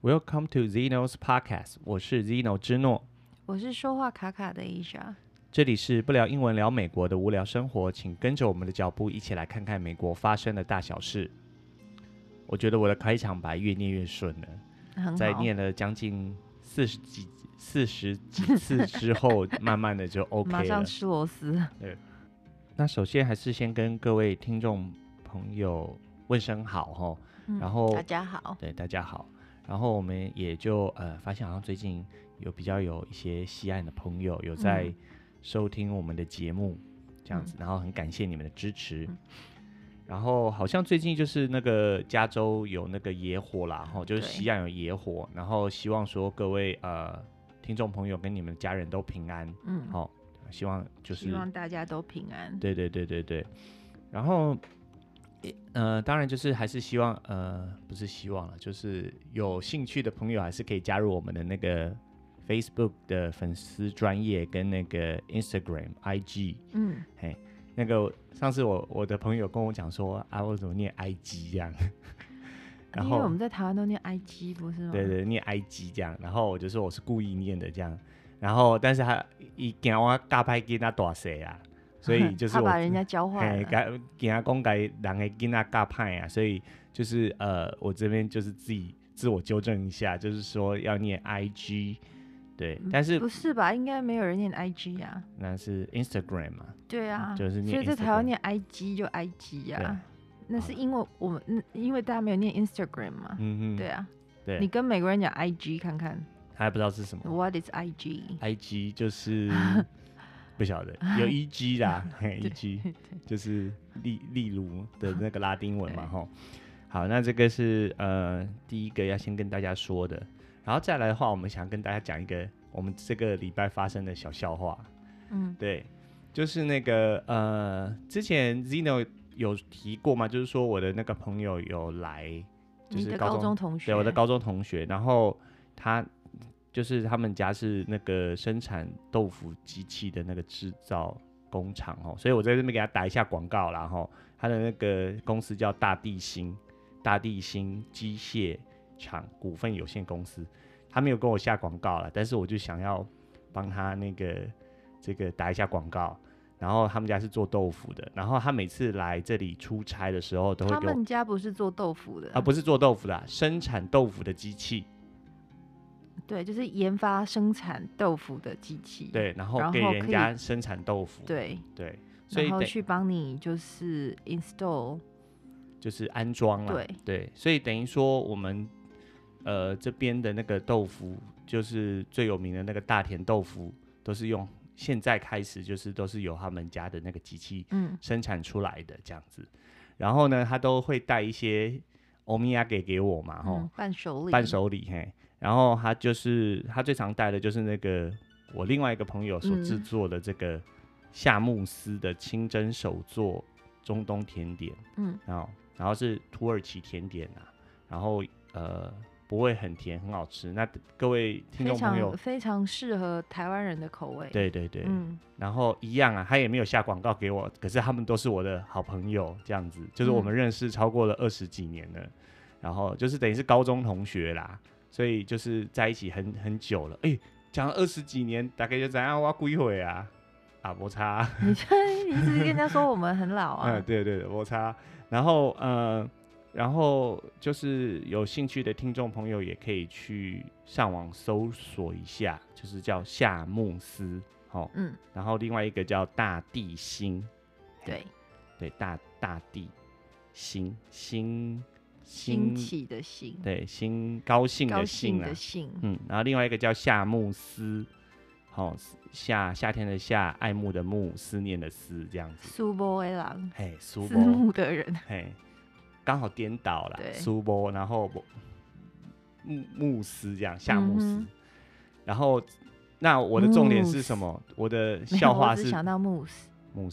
Welcome to Zeno's Podcast， 我是 Zeno 之诺， 我是说话卡卡的 Asia。 这里是不聊英文聊美国的无聊生活，请跟着我们的脚步一起来看看美国发生的大小事。我觉得我的开场白越念越顺了， 很好， 在念了将近40几次之后，慢慢的就 OK 了。 马上吃螺丝。 对，那首先还是先跟各位听众朋友问声好吼，然后大家好， 对，大家好。然后我们也就发现好像最近比较有一些西岸的朋友有在收听我们的节目，这样子，然后很感谢你们的支持。然后好像最近就是那个加州有那个野火啦，就是西岸有野火，然后希望说各位听众朋友跟你们家人都平安，希望大家都平安。 对，然后当然就是还是希望不是希望了，就是有兴趣的朋友还是可以加入我们的那个 Facebook 的粉丝专页跟那个 Instagram、IG，那个上次我的朋友跟我讲说啊，我怎么念 IG 这样，然后因为我们在台湾都念 IG 不是吗？ 对，念 IG 这样，然后我就说我是故意念的这样，然后但是他一惊我教歹囡仔大细啊。所以就是他把人家教坏了， 给他讲给人的囡仔教歹啊，所以就是我这边就是自我纠正一下，就是说要念 IG， 对，但是不是吧？应该没有人念 IG 啊， 那是 Instagram 嘛， 对啊， 就是念 Instagram， 所以在台湾念 IG 就 IG 啊，那是因为因为大家没有念 Instagram 嘛，对啊， 对， 你跟美国人讲 IG 看看， 他还不知道是什么 ，What is IG？IG 就是不晓得有 EG 啦，EG 就是例如的那个拉丁文嘛，吼。好，那这个是第一个要先跟大家说的，然后再来的话，我们想跟大家讲一个我们这个礼拜发生的小笑话。对，就是那个之前 Zeno 有提过嘛，就是说我的那个朋友有来，就是你的高中同学， 对，我的高中同学，然后就是他们家是那个生产豆腐机器的那个制造工厂，所以我在这边给他打一下广告啦，他的那个公司叫大地新机械厂股份有限公司，他没有跟我下广告啦，但是我就想要帮他这个打一下广告。然后他们家是做豆腐的，然后他每次来这里出差的时候都会给我， 他们家不是做豆腐的， 不是做豆腐的，生产豆腐的机器。 对，就是研发生产豆腐的机器。 对，然后给人家生产豆腐。 对， 所以然后去帮你就是 install， 就是安装啦。对，所以等于说我们这边的那个豆腐，就是最有名的那个大田豆腐，都是用现在开始就是都是由他们家的那个机器生产出来的这样子。然后呢，他都会带一些欧米亚给我嘛，伴手礼嘿。然后他最常带的就是那个我另外一个朋友所制作的这个夏慕斯的清真手作中东甜点，然后是土耳其甜点啊，然后不会很甜，很好吃。那各位听众朋友非常适合台湾人的口味。 对，然后一样啊，他也没有下广告给我，可是他们都是我的好朋友，这样子，就是我们认识超过了20几年了，然后就是等于是高中同学啦。所以就是在一起很久了，讲了20几年，大概就怎样？我几岁啊？没差。 你是跟人家说我们很老啊？ 对，没差。然后就是有兴趣的听众朋友也可以去上网搜索一下，就是叫夏慕斯，然后另外一个叫大地新，对，大地新。 兴起的兴， 对，高兴的兴啊，然后另外一个叫夏慕斯，夏天的夏，爱慕的慕，思念的思，这样子。 苏波的人， 思慕的人， 刚好颠倒啦，苏波，然后慕斯这样，夏慕斯。然后，那我的重点是什么？我的笑话是， 我只想到 moose，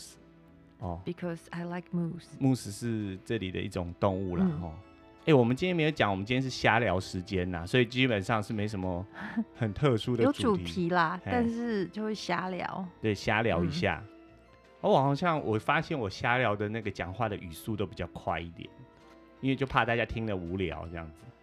because I like moose。 moose 是这里的一种动物啦，我们今天没有讲，我们今天是瞎聊时间啦，所以基本上是没什么很特殊的有主题啦，但是就会瞎聊， 对，瞎聊一下。好像我发现我瞎聊的那个讲话的语速都比较快一点，因为就怕大家听了无聊这样子。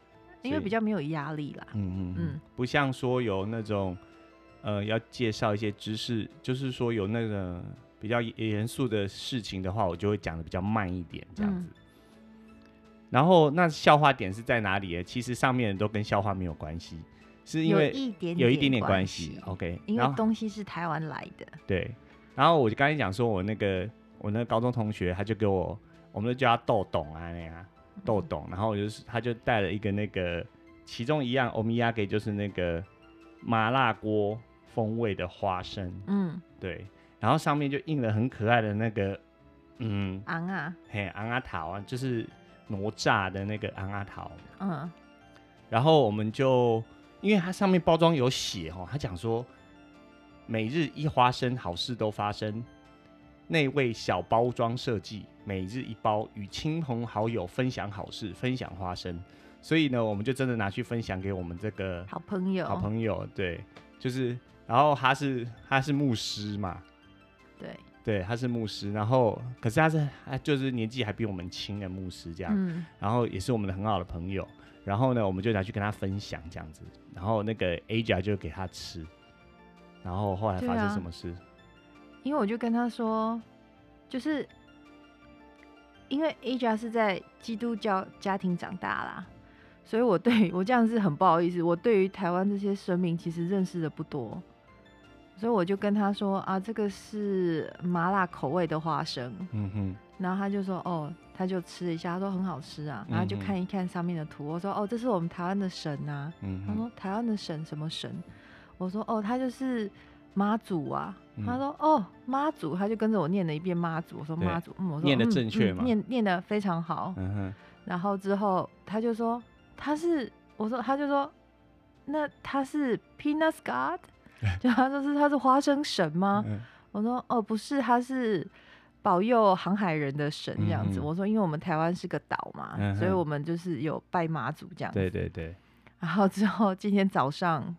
因为比较没有压力啦。 不像说有那种要介绍一些知识，就是说有那个比较严肃的事情的话，我就会讲的比较慢一点这样子。然后那笑话点是在哪里？其实上面都跟笑话没有关系，是因为有一点点关系。OK， 因为东西是台湾来的。 对，然后我就刚才讲说，我那个高中同学，他就给我们都叫他豆董啊那样豆董，然后他就带了一个那个其中一样欧米亚给就是那个麻辣锅风味的花生，对，然后上面就印了很可爱的那个昂啊桃啊，就是哪吒的那个昂啊桃，然后我们就因为它上面包装有写他讲说每日一花生，好事都发生，内味小包装设计，每日一包，与亲朋好友分享好事，分享花生。所以呢，我们就真的拿去分享给我们这个好朋友， 对，就是，然后他是牧师嘛，对，他是牧师，然后可是他就是年纪还比我们轻的牧师这样，然后也是我们的很好的朋友，然后呢，我们就拿去跟他分享这样子，然后那个 Aja 就给他吃，然后后来发生什么事？ 因为我就跟他说，就是因为 Aja 是在基督教家庭长大啦，所以我这样是很不好意思，我对于台湾这些神明其实认识的不多，所以我就跟他说啊，这个是麻辣口味的花生，然后他就说哦，他就吃了一下，他说很好吃啊，然后就看一看上面的图，我说哦，这是我们台湾的神啊，他说台湾的神什么神？我说哦，他就是妈祖啊，他说哦妈祖，他就跟着我念了一遍妈祖，我说妈祖，我说念的正确吗？ 念的非常好，然后之后他就说他就说那他是 Peanut God， 就他是花生神吗？我说哦不是，他是保佑航海人的神这样子。我说因为我们台湾是个岛嘛，所以我们就是有拜妈祖这样子。 对。 然后之后今天早上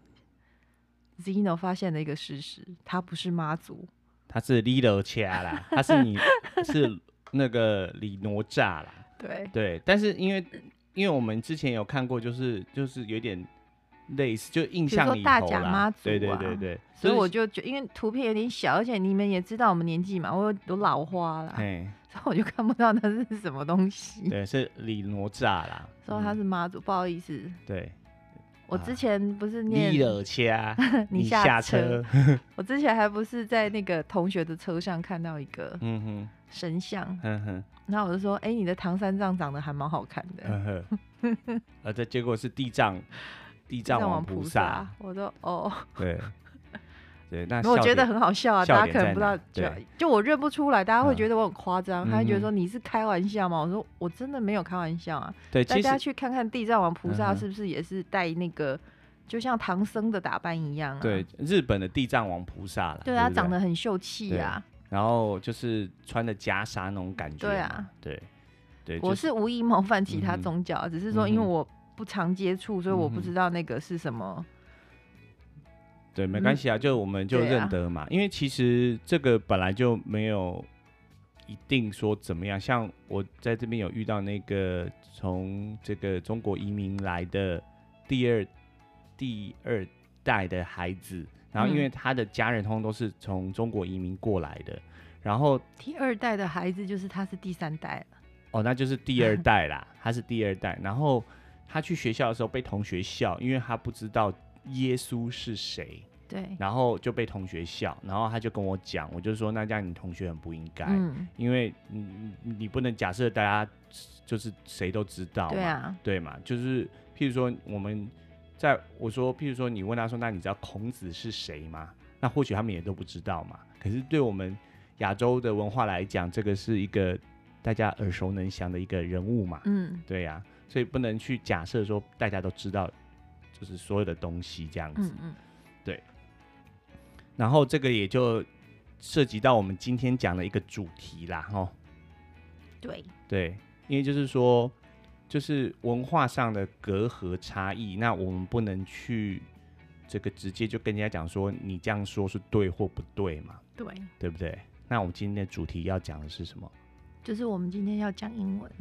Zeno 发现了一个事实，他不是妈祖，他是李罗恰啦，他是那个李哪吒啦。对，但是因为我们之前有看过，就是有点类似，就印象里头啦， 大甲妈祖啊， 对， 所以我就因为图片有点小，而且你们也知道我们年纪嘛，我有老花啦，所以我就看不到那是什么东西。 对，是李哪吒啦， 说他是妈祖，不好意思。 对， 我之前不是念李罗恰，你下车。 我之前还不是在那个同学的车上看到一个神像，然后我就说，你的唐三藏长得还蛮好看的。 这结果是地藏王菩萨。 我说哦， 对，那我觉得很好笑啊，大家可能不知道，就我认不出来，大家会觉得我很夸张，他会觉得说你是开玩笑吗？我说我真的没有开玩笑啊。 对， 大家去看看地藏王菩萨是不是也是戴那个，就像唐僧的打扮一样啊？ 对，日本的地藏王菩萨啦， 对，他长得很秀气啊。 然后就是穿的袈裟那种感觉。 对啊， 对， 我是无意冒犯其他宗教，只是说因为我不常接触，所以我不知道那个是什么。 对，没关系啊，就我们就认得嘛，因为其实这个本来就没有一定说怎么样。像我在这边有遇到那个从这个中国移民来的第二代的孩子。然后因为他的家人通通都是从中国移民过来的，然后第二代的孩子就是他是第三代了。 哦，那就是第二代啦，他是第二代。然后他去学校的时候被同学笑，因为他不知道耶稣是谁。 对。 然后就被同学笑，然后他就跟我讲，我就说那这样你同学很不应该，因为你不能假设大家就是谁都知道嘛， 对啊， 对嘛，就是譬如说我说，譬如说你问他说，那你知道孔子是谁吗？那或许他们也都不知道嘛。可是对我们亚洲的文化来讲，这个是一个大家耳熟能详的一个人物嘛。对呀，所以不能去假设说大家都知道，就是所有的东西这样子。对。然后这个也就涉及到我们今天讲的一个主题啦，对，因为就是说。就是文化上的隔阂差异，那我们不能去这个直接就跟人家讲说你这样说是对或不对嘛？ 对不对？那我们今天的主题要讲的是什么？ 就是我们今天要讲英文。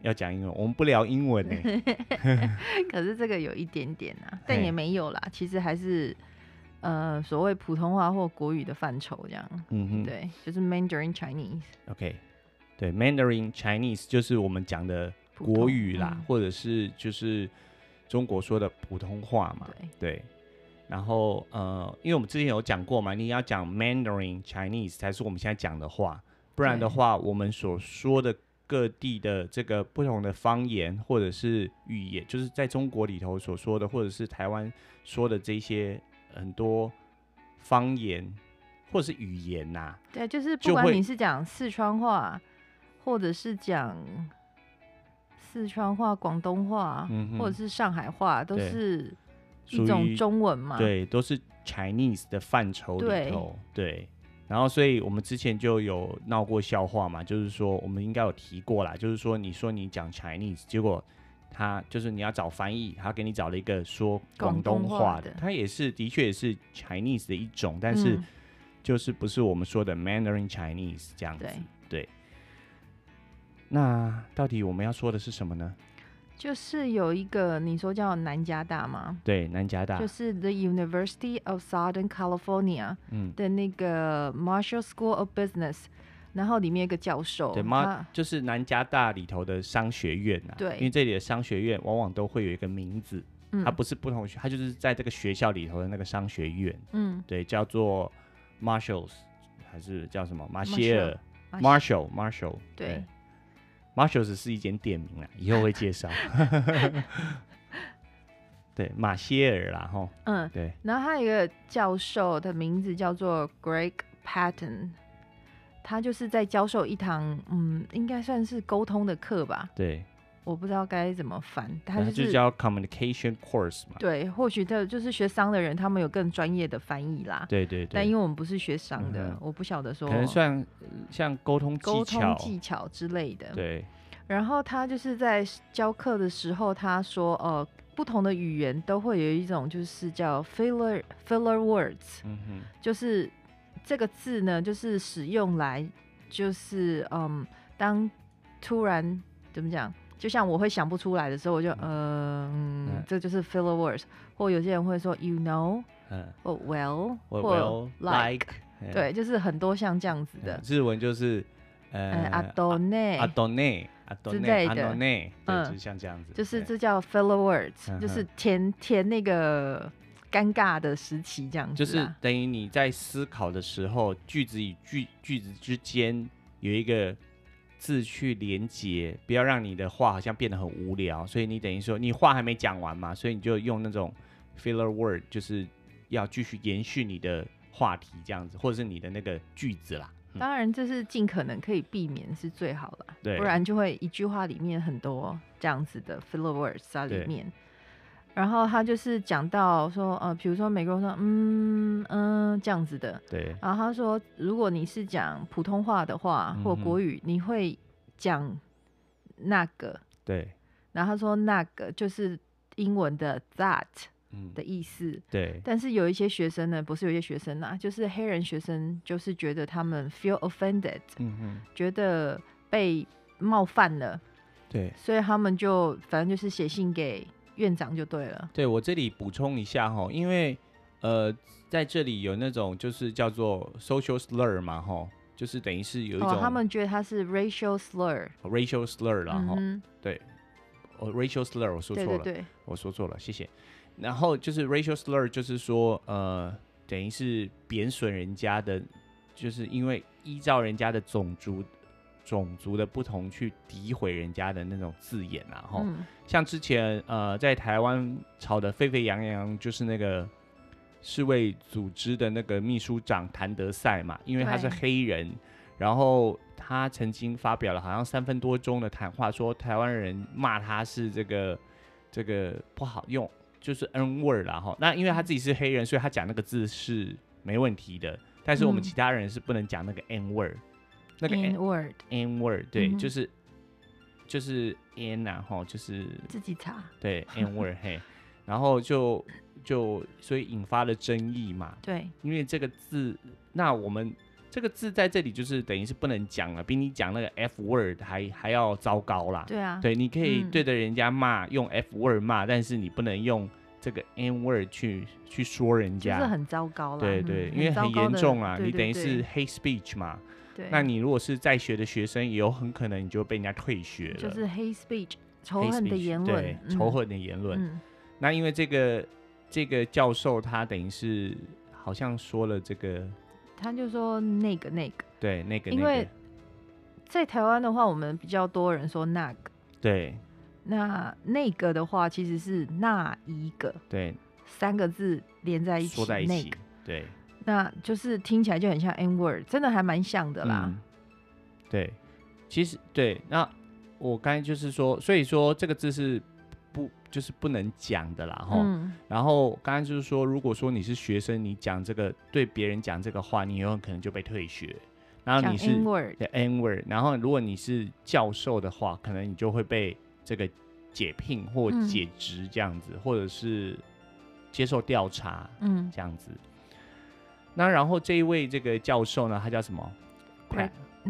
要讲英文，我们不聊英文呢。 可是这个有一点点啊，但也没有啦，其实还是所谓普通话或国语的范畴这样。对，就是 Mandarin Chinese。OK， 对 ，Mandarin Chinese 就是我们讲的国语啦，或者是就是中国说的普通话嘛。对。然后因为我们之前有讲过嘛，你要讲 Mandarin Chinese 才是我们现在讲的话，不然的话，我们所说的各地的这个不同的方言或者是语言，就是在中国里头所说的，或者是台湾说的这些很多方言或者是语言呐， 对，就是不管你是讲四川话，或者是讲四川话、广东话，或者是上海话，都是一种中文嘛， 对，都是 Chinese 的范畴里头，对。然后，所以我们之前就有闹过笑话嘛，就是说我们应该有提过啦，就是说你说你讲 Chinese， 结果他就是你要找翻译，他给你找了一个说广东话的，他也是的确也是 Chinese 的一种，但是就是不是我们说的 Mandarin Chinese 这样子，对。那到底我们要说的是什么呢？ 就是有一个你说叫南加大吗？ 对，南加大就是 The University of Southern California 的那个 Marshall School of Business， 然后里面有一个教授， 对，就是南加大里头的商学院啊。对，因为这里的商学院往往都会有一个名字，它不是不同学，它就是在这个学校里头的那个商学院。对，叫做 Marshalls 还是叫什么马歇尔 Marshall 对。Marshalls 是一间店名啦，以后会介绍。对，马歇尔啦，吼。对。 然后他有一个教授的名字叫做 Greg Patton， 他就是在教授一堂，应该算是沟通的课吧。 对。 我不知道该怎么翻， 他就叫 Communication Course 嘛。 对，或许就是学商的人，他们有更专业的翻译啦。 对。 但因为我们不是学商的，我不晓得说。 可能算像沟通技巧之类的。 对。 然后他就是在教课的时候，他说，不同的语言都会有一种就是叫 filler words，就是这个字呢，就是使用来就是当突然怎么讲？就像我会想不出来的时候，我就这就是 filler words， 或有些人会说 you know， 或 well， 或 like， 对，就是很多像这样子的。 日文就是阿多内之类的， 对，就是像这样子， 就是这叫 filler words，就是填那个尴尬的时期这样子， 就是等于你在思考的时候，句子与句子之间有一个字去连接，不要让你的话好像变得很无聊，所以你等于说你话还没讲完嘛，所以你就用那种 filler word， 就是要继续延续你的话题这样子，或者是你的那个句子啦。 当然这是尽可能可以避免是最好啦，不然就会一句话里面很多这样子的 filler words 在里面。然后他就是讲到说比如说美国人说这样子的， 对。 然后他说如果你是讲普通话的话或国语，你会讲那个， 对。 然后他说那个就是英文的 that的意思， 对。 但是有一些学生呢，不是有一些学生啦，就是黑人学生，就是觉得他们 feel offended，觉得被冒犯了， 对， 所以他们就反正就是写信给院长就对了。 对，我这里补充一下哈，因为在这里有那种就是叫做 social slur 嘛哈，就是等于是有一种他们觉得它是 racial slur 然后对，racial slur 我说错了， 对， 我说错了，谢谢。然后就是 racial slur， 就是说等于是贬损人家的，就是因为依照人家的种族的不同去诋毁人家的那种字眼啊，像之前在台湾吵得沸沸扬扬，就是那个世卫组织的那个秘书长谭德赛嘛，因为他是黑人，然后他曾经发表了好像3分多钟的谈话，说台湾人骂他是这个不好用，就是 N word 啦哈。那因为他自己是黑人，所以他讲那个字是没问题的，但是我们其他人是不能讲那个 N word。那个 N word 对，就是 N 啊齁，就是自己查， 对 N word 嘿，然后就所以引发了争议嘛。 对， 因为这个字，那我们这个字在这里就是等于是不能讲了，比你讲那个 F word 还要糟糕啦。 对啊， 对，你可以对着人家骂，用 F word 骂，但是你不能用这个 N word 去说人家， 就是很糟糕啦。 对对，因为很严重啊， 对对对， 你等于是 hate speech 嘛。 对， 那你如果是在学的学生，也有很可能你就被人家退学了。 就是 hate speech 仇恨的言论， 对，仇恨的言论。那因为这个教授他等于是好像说了这个， 他就说那个， 对，那个， 因为在台湾的话，我们比较多人说那个， 对， 那个的话其实是那一个， 对 ，3个字连在一起， 说在一起， 那个， 对， 那就是听起来就很像 N word， 真的还蛮像的啦。 对，其实对，那我刚才就是说，所以说这个字是就是不能讲的啦，然后刚才就是说，如果说你是学生，你讲这个对别人讲这个话，你有可能就被退学。然后你是 N word， 然后如果你是教授的话，可能你就会被这个解聘或解职这样子，或者是接受调查，这样子。那然后这一位这个教授呢，他叫什么 ？Greg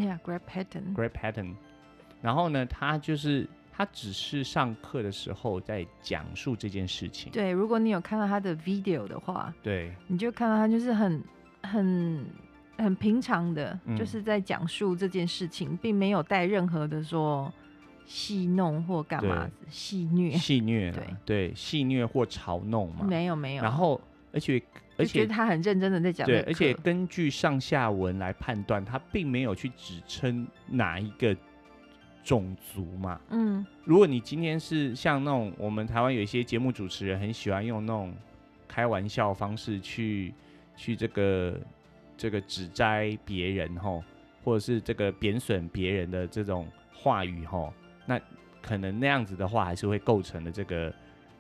Patton。 然后呢，他只是上课的时候在讲述这件事情。 对，如果你有看到他的 video 的话， 对， 你就看到他就是很平常的，就是在讲述这件事情，并没有带任何的说戏弄或干嘛，戏虐， 对，戏虐或嘲弄嘛， 没有。 然后而且觉得他很认真的在讲， 对，而且根据上下文来判断，他并没有去指称哪一个种族嘛。如果你今天是像那种我们台湾有一些节目主持人很喜欢用那种开玩笑方式去这个指摘别人或者是这个贬损别人的这种话语那可能那样子的话还是会构成了这个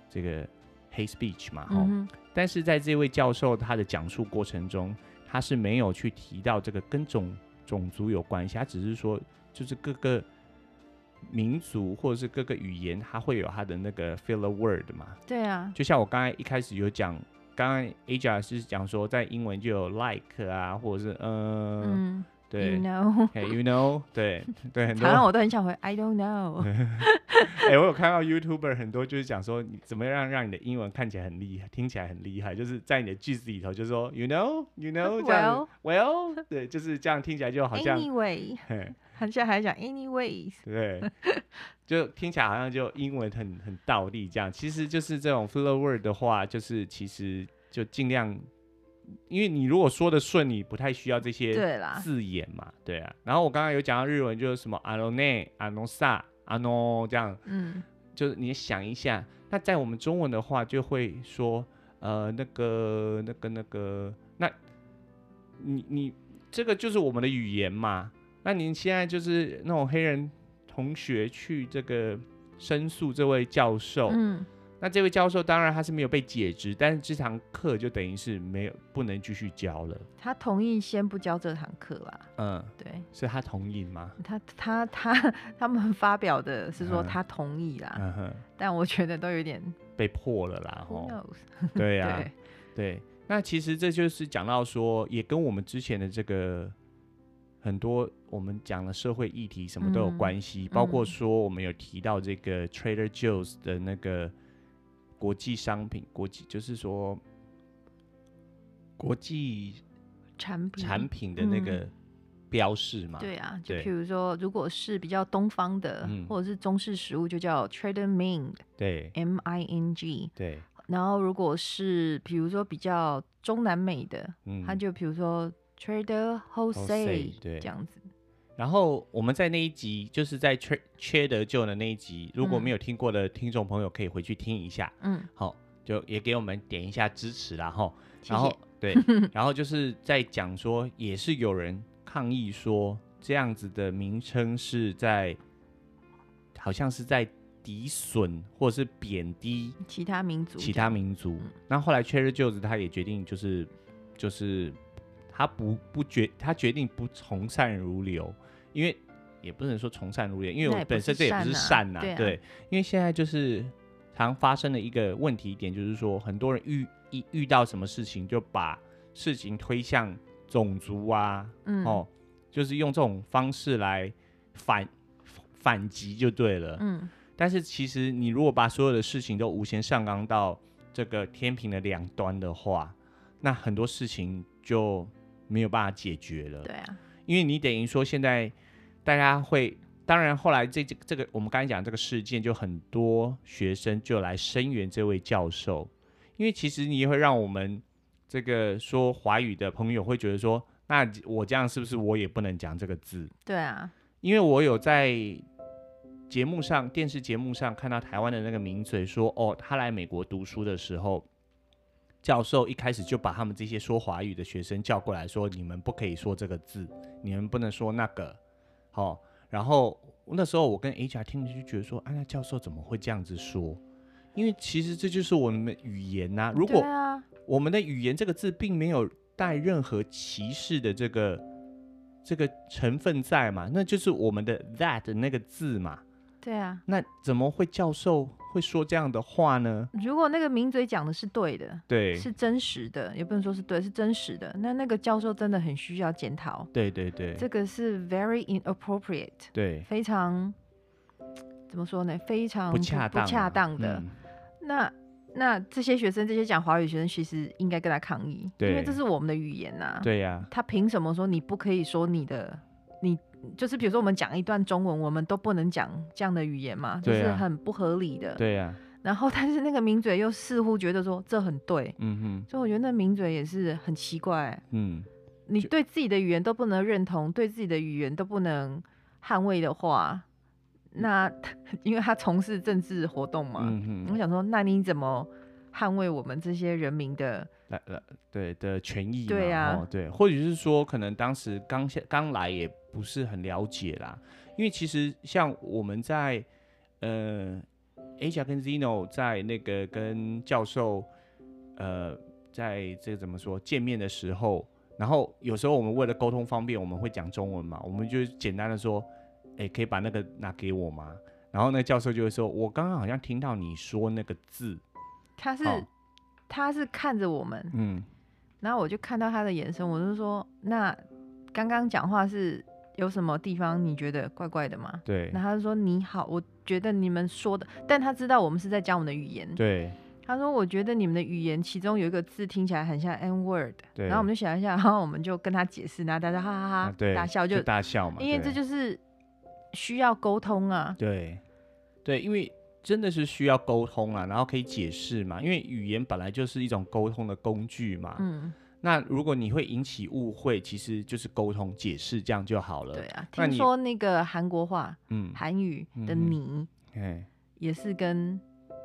hate speech 嘛。但是在这位教授他的讲述过程中，他是没有去提到这个跟种族有关系，他只是说就是各个民族或者是各个语言，它会有它的那个 filler word 嘛。 对啊， 就像我刚才一开始有讲，刚刚 Aja 是讲说，在英文就有 like 啊，或者是对 ，you know， you know， 对，很多。 常常我都很想回 I don't know。 我有看到 YouTuber 很多就是讲说，你怎么样让你的英文看起来很厉害，听起来很厉害，就是在你的句子里头就说 you know 这样 well， 对，就是这样听起来就好像 anyway， 很像还讲 anyways， 对，就听起来好像就英文很道地这样。其实就是这种 filler word 的话，就是其实就尽量，因为你如果说的顺，你不太需要这些字眼嘛，对啊。然后我刚刚有讲到日文，就是什么あのね、あのさ、あの这样，就是你想一下，那在我们中文的话就会说那个，那你这个就是我们的语言嘛。那您现在就是那种黑人同学去这个申诉这位教授，那这位教授当然他是没有被解职，但是这堂课就等于是不能继续教了。 他同意先不教这堂课啦。对，是他同意吗？ 他们发表的是说他同意啦，但我觉得都有点被迫了啦。 Who knows？ 对啊，对。那其实这就是讲到说，也跟我们之前的这个很多我们讲的社会议题什么都有关系，包括说我们有提到这个 Trader Joe's 的那个国际商品，就是说国际产品的那个标示嘛。 对啊，就譬如说，如果是比较东方的，或者是中式食物，就叫 Trader Ming， 对 ，MING， 对。 然后如果是比如说比较中南美的，它就比如说 Trader Jose 这样子。 然后我们在那一集，就是在缺德救的那一集，如果没有听过的听众朋友，可以回去听一下。好，就也给我们点一下支持啦，然后对，然后就是在讲说，也是有人抗议说，这样子的名称是好像是在诋损或者是贬低其他民族。 那后来 Trader Joe's 他也决定就是他决定不从善如流，因为也不能说从善如流，因为我本身这也不是善呐，对，因为现在就是常发生的一个问题点，就是说很多人遇到什么事情就把事情推向种族啊，就是用这种方式来反击就对了。但是其实你如果把所有的事情都无限上纲到这个天平的两端的话，那很多事情就没有办法解决了。 对啊， 因为你等于说现在大家会，当然后来这个我们刚才讲这个事件，就很多学生就来声援这位教授，因为其实你也会让我们这个说华语的朋友会觉得说，那我这样是不是我也不能讲这个字？ 对啊， 因为我有在节目上电视节目上看到台湾的那个名嘴说，他来美国读书的时候，教授一开始就把他们这些说华语的学生叫过来说，你们不可以说这个字，你们不能说那个，然后那时候我跟 HR 听就觉得说，那教授怎么会这样子说？因为其实这就是我们的语言啊，如果我们的语言这个字并没有带任何歧视的这个成分在嘛，那就是我们的 that 的那个字嘛。 对啊， 那怎么会教授会说这样的话呢？ 如果那个名嘴讲的是对的， 对， 是真实的，也不能说是对，是真实的，那个教授真的很需要检讨。 对对对， 这个是 very inappropriate， 对， 非常怎么说呢？非常不恰当的。那这些学生，这些讲华语学生，其实应该跟他抗议，因为这是我们的语言呐。 对呀， 他凭什么说你不可以说你就是比如说我们讲一段中文，我们都不能讲这样的语言嘛，就是很不合理的。 对呀。 然后但是那个名嘴又似乎觉得说这很对，所以我觉得那名嘴也是很奇怪。你对自己的语言都不能认同，对自己的语言都不能捍卫的话，那因为他从事政治活动嘛，我想说，那你怎么捍卫我们这些人民的对的权益嘛？ 对啊， 对，或者是说，可能当时刚来也不是很了解啦。因为其实像我们在Asia 跟 Zeno 在那个跟教授在这个怎么说见面的时候，然后有时候我们为了沟通方便，我们会讲中文嘛，我们就简单的说，可以把那个拿给我吗？然后那个教授就会说，我刚刚好像听到你说那个字， 他是看着我们，然后我就看到他的眼神，我就说，那刚刚讲话是有什么地方你觉得怪怪的吗？ 对， 然后他就说你好，我觉得你们说的，但他知道我们是在讲我们的语言， 对， 他说我觉得你们的语言其中有一个字听起来很像 N word， 然后我们就想一下，然后我们就跟他解释，然后大家哈哈哈大笑，就大笑嘛， 因为这就是需要沟通啊， 对，因为真的是需要沟通啊，然后可以解释嘛，因为语言本来就是一种沟通的工具嘛，那如果你会引起误会，其实就是沟通解释这样就好了。 对啊，听说那个韩国话，韩语的你，也是跟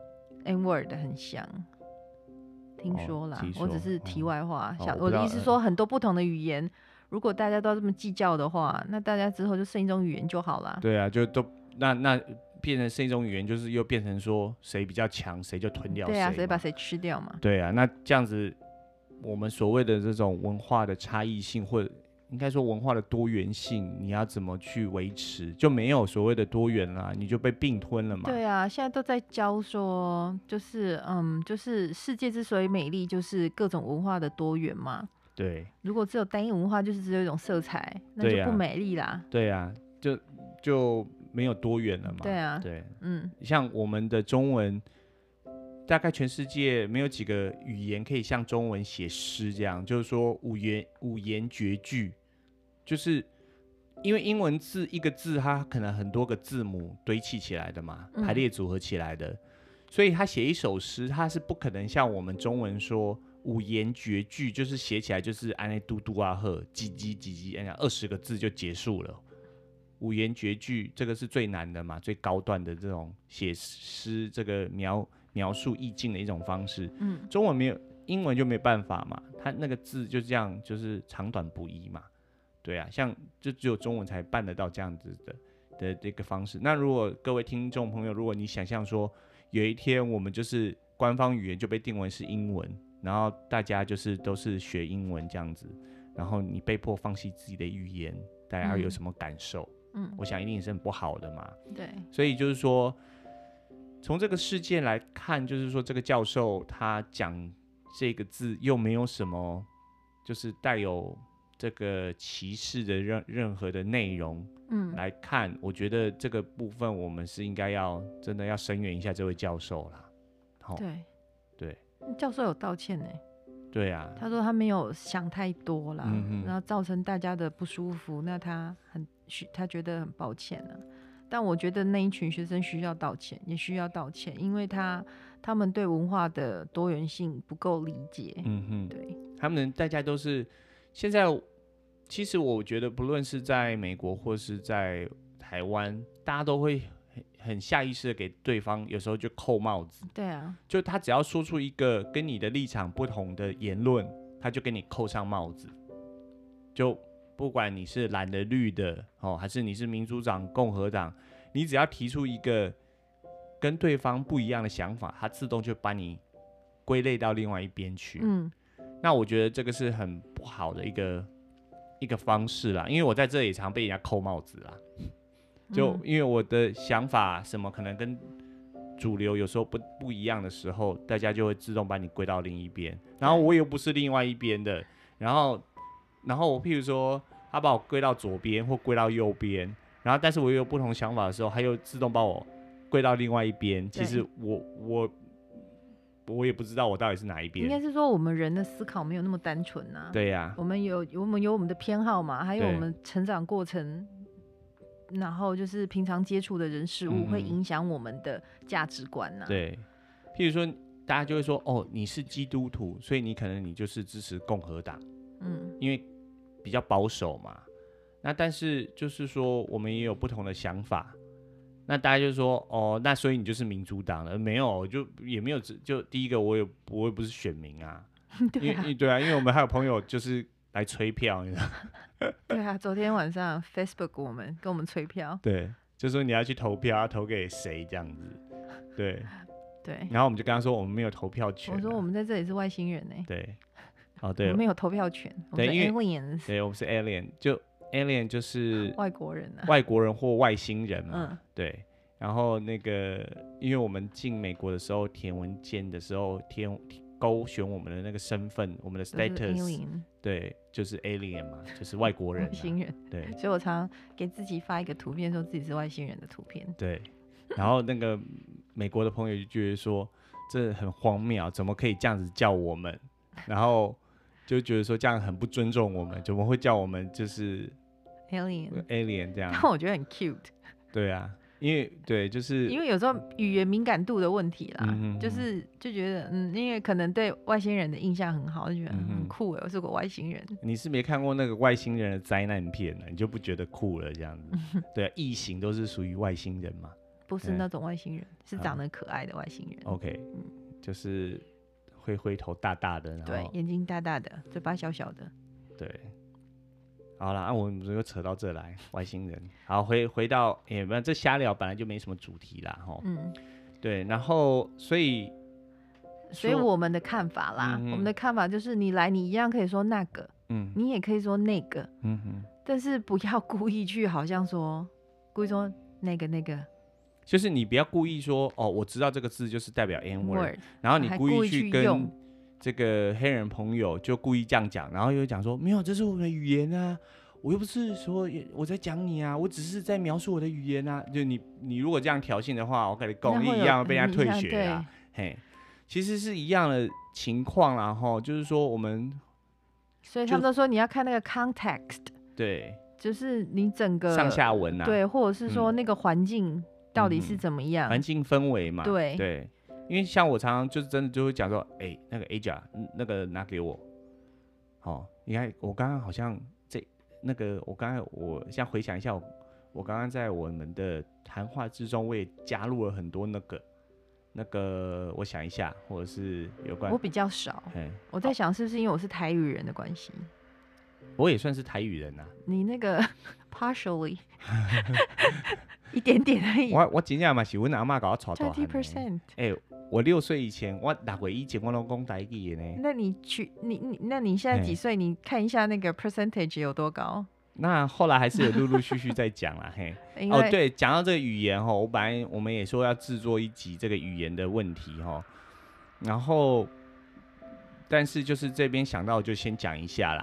N word 很像，听说啦，我只是题外话，我的意思是说很多不同的语言，如果大家都这么计较的话，那大家之后就剩一种语言就好啦。 对啊，就都那变成剩一种语言，就是又变成说谁比较强，谁就吞掉谁。 对啊，谁把谁吃掉嘛。 对啊，那这样子，我们所谓的这种文化的差异性，或者应该说文化的多元性，你要怎么去维持？就没有所谓的多元啦，你就被并吞了嘛。 对啊，现在都在教说，就是世界之所以美丽，就是各种文化的多元嘛。 对， 如果只有单一文化，就是只有一种色彩，那就不美丽啦。 对啊，就没有多元了嘛。 对啊， 对，像我们的中文，大概全世界没有几个语言可以像中文写诗这样，就是说五言绝句，就是因为英文字一个字它可能很多个字母堆砌起来的嘛，排列组合起来的，所以他写一首诗，他是不可能像我们中文说五言绝句，就是写起来就是安内嘟嘟啊呵叽叽叽叽，20个字就结束了。五言绝句这个是最难的嘛，最高段的这种写诗这个描述意境的一种方式。中文没有，英文就没办法嘛，它那个字就这样，就是长短不一嘛。对啊，像就只有中文才办得到这样子的这个方式。那如果各位听众朋友，如果你想象说有一天我们就是官方语言就被定为是英文，然后大家就是都是学英文这样子，然后你被迫放弃自己的语言，大家有什么感受？我想一定是很不好的嘛。 对， 所以就是说，从这个事件来看，就是说这个教授他讲这个字又没有什么，就是带有这个歧视的任何的内容来看，我觉得这个部分我们是应该真的要声援一下这位教授啦。对， 教授有道歉呢。 对啊， 他说他没有想太多啦，然后造成大家的不舒服，那他觉得很抱歉啊。但我觉得那一群学生需要道歉，也需要道歉，因为他们对文化的多元性不够理解。对， 他们大家都是现在，其实我觉得不论是在美国或是在台湾，大家都会很下意识的给对方有时候就扣帽子。 对啊，就他只要说出一个跟你的立场不同的言论，他就给你扣上帽子。就不管你是蓝的绿的还是你是民主党共和党，你只要提出一个跟对方不一样的想法，他自动就把你归类到另外一边去。那我觉得这个是很不好的一个方式啦，因为我在这里常被人家扣帽子啦。就因为我的想法什么可能跟主流有时候不一样的时候，大家就会自动把你归到另一边，然后我又不是另外一边的，然后我譬如说他把我归到左边或归到右边，然后但是我又有不同想法的时候，他又自动把我归到另外一边。其实我也不知道我到底是哪一边。 应该是说我们人的思考没有那么单纯啊。 对呀， 我们有我们的偏好嘛，还有我们成长过程，然后就是平常接触的人事物会影响我们的价值观啊。 对，譬如说大家就会说你是基督徒，所以你可能你就是支持共和党，因为比较保守嘛。那但是就是说我们也有不同的想法，那大家就说那所以你就是民主党了？没有，就也没有，就第一个我也不是选民啊。对啊，因为我们还有朋友就是来催票，你知道。 对啊，昨天晚上 Facebook 跟我们催票， 对，就说你要去投票，要投给谁这样子。对，然后我们就跟他说我们没有投票权。 我说我们在这里是外星人呢。 对， 对，我们没有投票权，我们是 aliens。 对，我们是 alien， 就 alien 就是外国人啊， 外国人或外星人嘛。对，然后那个因为我们进美国的时候填文件的时候勾选我们的那个身份，我们的 status， 对，就是 alien 嘛，就是外国人、外星人。 对， 所以我常给自己发一个图片，说自己是外星人的图片。 对，然后那个美国的朋友就觉得说这很荒谬，怎么可以这样子叫我们？然后就觉得说这样很不尊重我们，怎么会叫我们就是 alien 这样？ 但我觉得很 cute。 对啊。因为就是因为有时候语言敏感度的问题啦，就觉得因为可能对外星人的印象很好，就觉得很酷我是个外星人。 你是没看过那个外星人的灾难片呢，你就不觉得酷了这样子？对啊，异形都是属于外星人嘛？ 不是那种外星人，是长得可爱的外星人。 OK，就是会灰头大大的，然后对，眼睛大大的，嘴巴小小的。 对。好啦，我们就扯到这来，外星人。好，回到这瞎聊本来就没什么主题啦，对，然后所以我们的看法啦，我们的看法就是你来，你一样可以说那个，你也可以说那个，但是不要故意去，好像说故意说那个， 就是你不要故意说我知道这个字就是代表 N word， 然后你故意去跟这个黑人朋友就故意这样讲，然后又讲说没有，这是我们的语言啊，我又不是说我在讲你啊，我只是在描述我的语言啊。就你如果这样挑衅的话，我跟你讲，你一样被人家退学啊。嘿，其实是一样的情况啦，就是说我们， 所以他们都说你要看那个 context， 对， 就是你整个上下文啊， 对，或者是说那个环境到底是怎么样， 环境氛围嘛，对。因为像我常常就是真的就会讲说，那个 Aja 那个拿给我，你看我刚刚好像我现在回想一下，我刚刚在我们的谈话之中，我也加入了很多那个，我想一下，或者是有关我比较少，我在想是不是因为我是台语人的关系， 我也算是台语人啊， 你那个 partially 一点点而已， 我真正嘛是阮阿嬷甲我带大汉 20%， 我6岁以前，我6岁以前我都讲台语的呢。 那你现在几岁？你看一下那个 percentage 有多高？ 那后来还是有陆陆续续在讲啦，嘿。对，讲到这个语言我们也说要制作一集这个语言的问题然后，但是就是这边想到就先讲一下啦。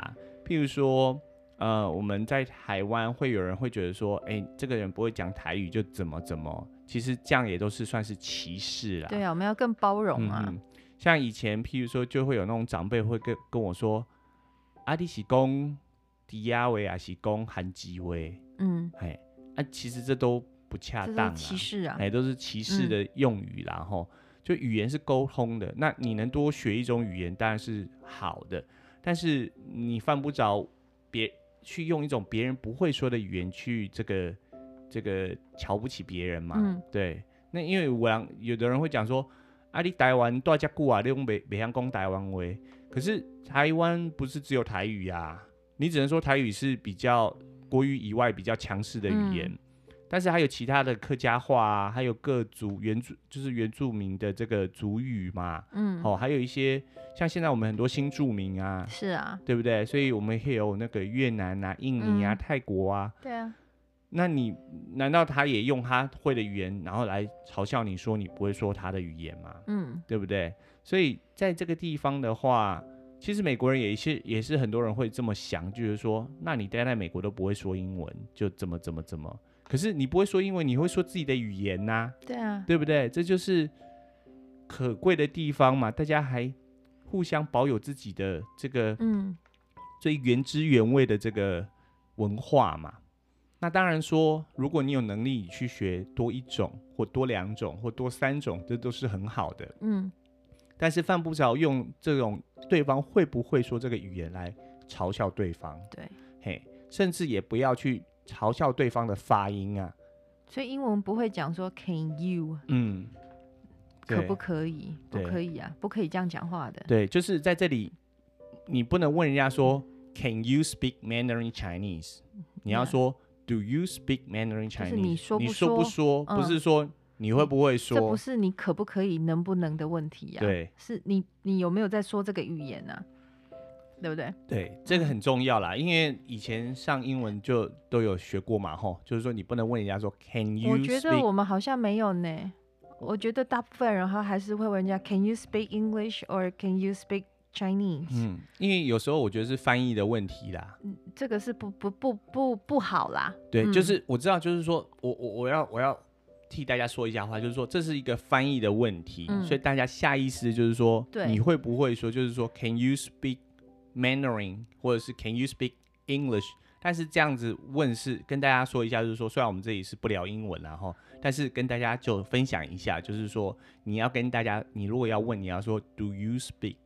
譬如说，我们在台湾会有人会觉得说，这个人不会讲台语就怎么，其实这样也都是算是歧视啦。 对啊，我们要更包容啊。 像以前，譬如说，就会有那种长辈会跟我说，啊，你是讲低亚话还是讲韩籍话？其实这都不恰当啊， 这是歧视啊， 都是歧视的用语啦，就语言是沟通的，那你能多学一种语言当然是好的，但是你犯不着去用一种别人不会说的语言去这个瞧不起别人嘛，对。那因为有的人会讲说，啊，你台湾多少久啊，你用不晓讲台湾话，可是台湾不是只有台语啊，你只能说台语是比较国语以外比较强势的语言。但是还有其他的客家话啊，还有各族就是原住民的这个族语嘛，还有一些像现在我们很多新住民啊， 是啊， 对不对？所以我们会有那个越南啊、印尼啊、泰国啊， 对啊。 那你难道他也用他会的语言，然后来嘲笑你说你不会说他的语言吗？对不对？所以在这个地方的话，其实美国人也是很多人会这么想，就是说，那你待在美国都不会说英文，就怎么。可是你不会说英文，你会说自己的语言啊， 对啊， 对不对？这就是可贵的地方嘛，大家还互相保有自己的这个最原汁原味的这个文化嘛。那当然说，如果你有能力去学多一种或多2种或多3种，这都是很好的。但是犯不着用这种对方会不会说这个语言来嘲笑对方。对，甚至也不要去嘲笑对方的发音啊。 所以英文不会讲说 can you， 可不可以？不可以啊，不可以这样讲话的。 对，就是在这里，你不能问人家说 can you speak Mandarin Chinese， 你要说 do you speak Mandarin Chinese， 就是你说不说，不是说你会不会说， 这不是你可不可以、能不能的问题啊。 对， 是你有没有在说这个语言啊？对不对？ 对，这个很重要啦，因为以前上英文就都有学过嘛，就是说你不能问人家说 can you speak， 我觉得我们好像没有呢。我觉得大部分人还是会问人家 can you speak English or can you speak Chinese。 因为有时候我觉得是翻译的问题啦。 这个是不好啦。 对，就是我知道，就是说我要替大家说一下话，就是说这是一个翻译的问题，所以大家下意识就是说，你会不会说，就是说 can you speak Mandarin 或者是 can you speak English， 但是这样子问是跟大家说一下，就是说虽然我们这里是不聊英文啦但是跟大家就分享一下，就是说你要跟大家，你如果要问，你要说 do you speak，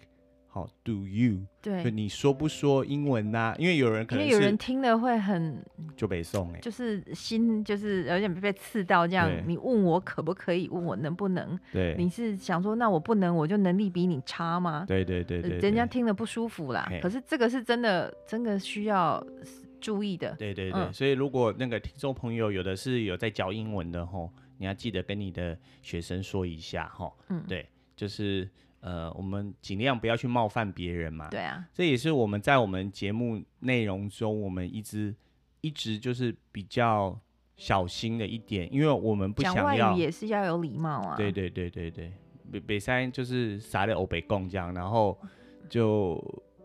do you， 对， 就你说不说英文啊？因为有人可能是， 因为有人听了会很就北宋就是心就是有点被刺到这样。你问我可不可以，问我能不能， 对， 你是想说那我不能，我就能力比你差吗？ 对， 人家听了不舒服啦。可是这个是真的需要注意的。 对，所以如果那个听众朋友有的是有在教英文的你要记得跟你的学生说一下对，就是我们尽量不要去冒犯别人嘛。 对啊， 这也是我们在我们节目内容中，我们一直就是比较小心的一点，因为我们不想要讲外语也是要有礼貌啊。 对，北山就是撒了欧北贡这样，然后就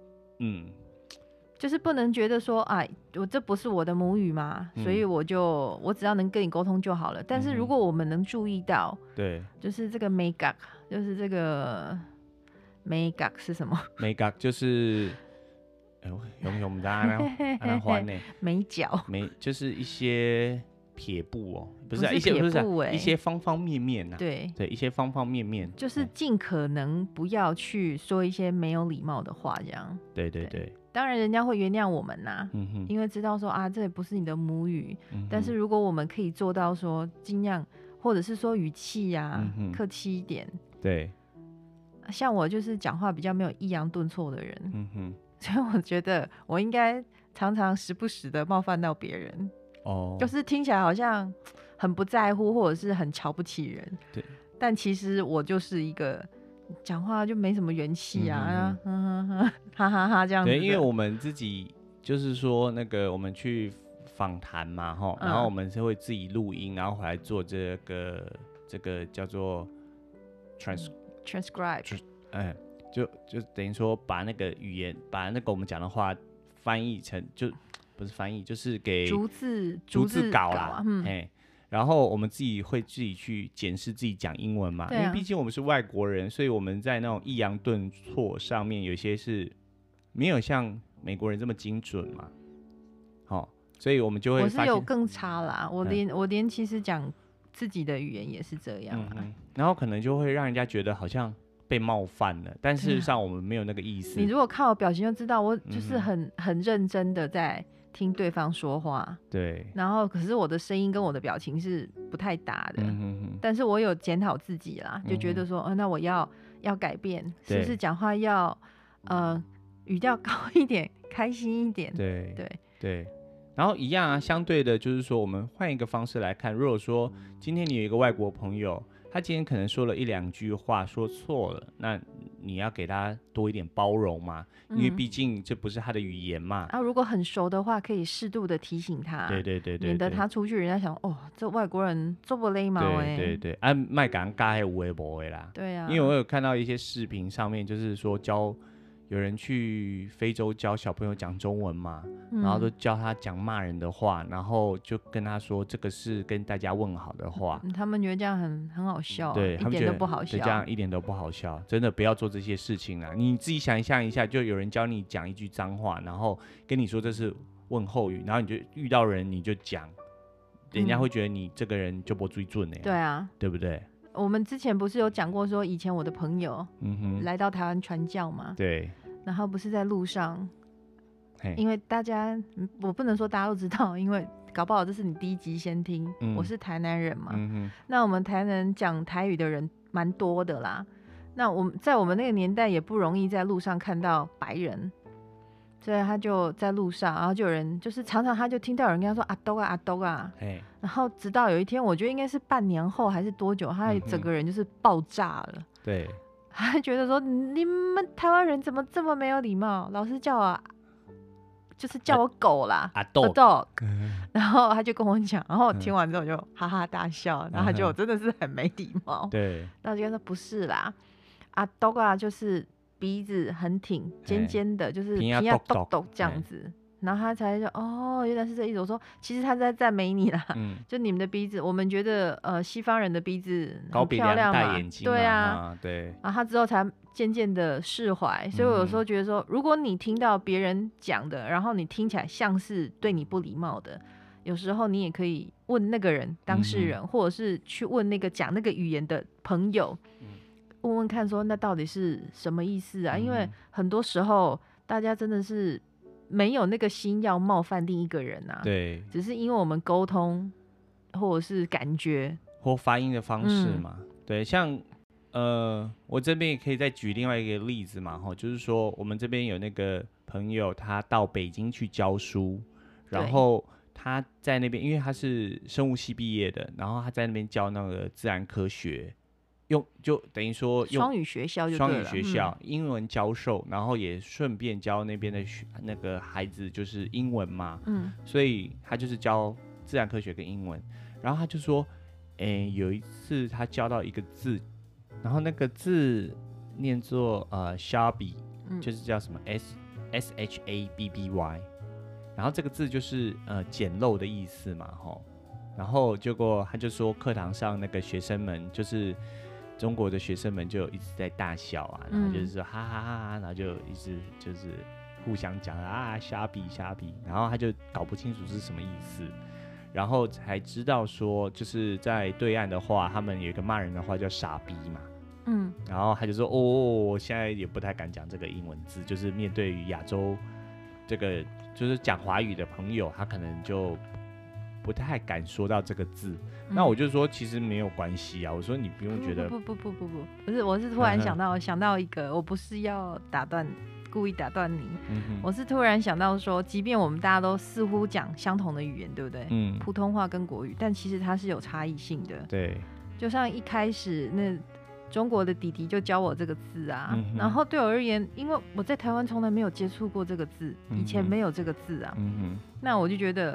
就是不能觉得说，我这不是我的母语嘛，所以我只要能跟你沟通就好了。但是如果我们能注意到， 对， 就是这个美感，就是这个美感是什么？ 美感就是用大家欢呢， 美角， 就是一些撇步不是一些不是一些方方面面对， 一些方方面面， 就是尽可能不要去说一些没有礼貌的话，这样。 对， 当然人家会原谅我们呐，因为知道说这也不是你的母语，但是如果我们可以做到说尽量，或者是说语气客气一点。 对， 像我就是讲话比较没有抑扬顿挫的人，所以我觉得我应该常常时不时的冒犯到别人，就是听起来好像很不在乎，或者是很瞧不起人， 对， 但其实我就是一个讲话就没什么元气哈哈哈这样子。 对，因为我们自己就是说那个我们去访谈嘛然后我们是会自己录音，然后回来做这个叫做 transcribe， 就等于说把那个语言，把那个我们讲的话翻译成就不是翻译，就是给逐字稿啦，然后我们自己会自己去检视自己讲英文嘛，因为毕竟我们是外国人，所以我们在那种抑扬顿挫上面有些是没有像美国人这么精准嘛，所以我们就会发现我是有更差啦，我连其实讲自己的语言也是这样啦， 然后可能就会让人家觉得好像被冒犯了，但事实上我们没有那个意思。 你如果看我表情就知道，我就是很认真的在听对方说话， 对。 然后可是我的声音跟我的表情是不太搭的，但是我有检讨自己啦，就觉得说，那我要改变，是不是讲话要语调高一点，开心一点？ 对。然后一样啊，相对的就是说，我们换一个方式来看，如果说今天你有一个外国朋友，他今天可能说了一两句话说错了，那你要给他多一点包容嘛，因为毕竟这不是他的语言嘛。 如果很熟的话，可以适度的提醒他， 对， 免得他出去人家想，这外国人做不累嘛， 对，卖敢尬还有微博的啦， 对啊， 因为我有看到一些视频上面，就是说有人去非洲教小朋友讲中文嘛，然后都教他讲骂人的话，然后就跟他说这个是跟大家问好的话， 他们觉得这样很好笑， 对， 一点都不好笑， 这样一点都不好笑，真的不要做这些事情啦。你自己想象一下，就有人教你讲一句脏话，然后跟你说这是问候语，然后你就遇到人你就讲，人家会觉得你这个人就不追准呢， 对啊， 对不对？ 我们之前不是有讲过说，以前我的朋友来到台湾传教嘛， 对， 然后不是在路上，因为大家我不能说大家都知道，因为搞不好这是你第一集先听，我是台南人嘛，那我们台南讲台语的人蛮多的啦，那在我们那个年代也不容易在路上看到白人，所以他就在路上，然后就有人就是常常他就听到有人跟他说阿兜啊阿兜啊，然后直到有一天，我觉得应该是半年后还是多久，他整个人就是爆炸了， 对， 他觉得说你们台湾人怎么这么没有礼貌，老是叫我就是叫我狗啦， 阿豆， 然后他就跟我讲，然后我听完之后就哈哈大笑，然后他就真的是很没礼貌， 对， 然后就跟他说不是啦，阿兜啊就是鼻子很挺，尖尖的，就是皮亚豆豆这样子，然后他才说原来是这意思。我说其实他在赞美你啦，就你们的鼻子，我们觉得西方人的鼻子很漂亮嘛， 高鼻梁大眼睛嘛， 对啊， 对。 然后他之后才渐渐的释怀，所以我有时候觉得说，如果你听到别人讲的，然后你听起来像是对你不礼貌的，有时候你也可以问那个人当事人，或者是去问那个讲那个语言的朋友。问问看说那到底是什么意思啊，因为很多时候大家真的是没有那个心要冒犯另一个人啊， 对， 只是因为我们沟通或者是感觉或发音的方式嘛，对，像我这边也可以再举另外一个例子嘛，就是说我们这边有那个朋友他到北京去教书，然后他在那边因为他是生物系毕业的，然后他在那边教那个自然科学，就等于说用双语学校就对了， 双语学校，英文教授，然后也顺便教那边的那个孩子就是英文嘛，所以他就是教自然科学跟英文，然后他就说，有一次他教到一个字，然后那个字念作shabby，就是叫什么 shabby，然后这个字就是简陋的意思嘛，然后结果他就说课堂上那个学生们就是中国的学生们就一直在大笑啊，然后就是说哈哈哈哈，然后就一直就是互相讲虾比，然后他就搞不清楚是什么意思，然后才知道说就是在对岸的话，他们有一个骂人的话叫傻逼嘛，然后他就说我现在也不太敢讲这个英文字，就是面对于亚洲这个就是讲华语的朋友，他可能就不太敢说到这个字。那我就说其实没有关系啊，我说你不用觉得不是，我是突然想到一个，我不是要故意打断你，我是突然想到说，即便我们大家都似乎讲相同的语言，对不对？普通话跟国语，但其实它是有差异性的。 对， 就像一开始那中国的弟弟就教我这个字啊，然后对我而言，因为我在台湾从来没有接触过这个字，以前没有这个字啊，那我就觉得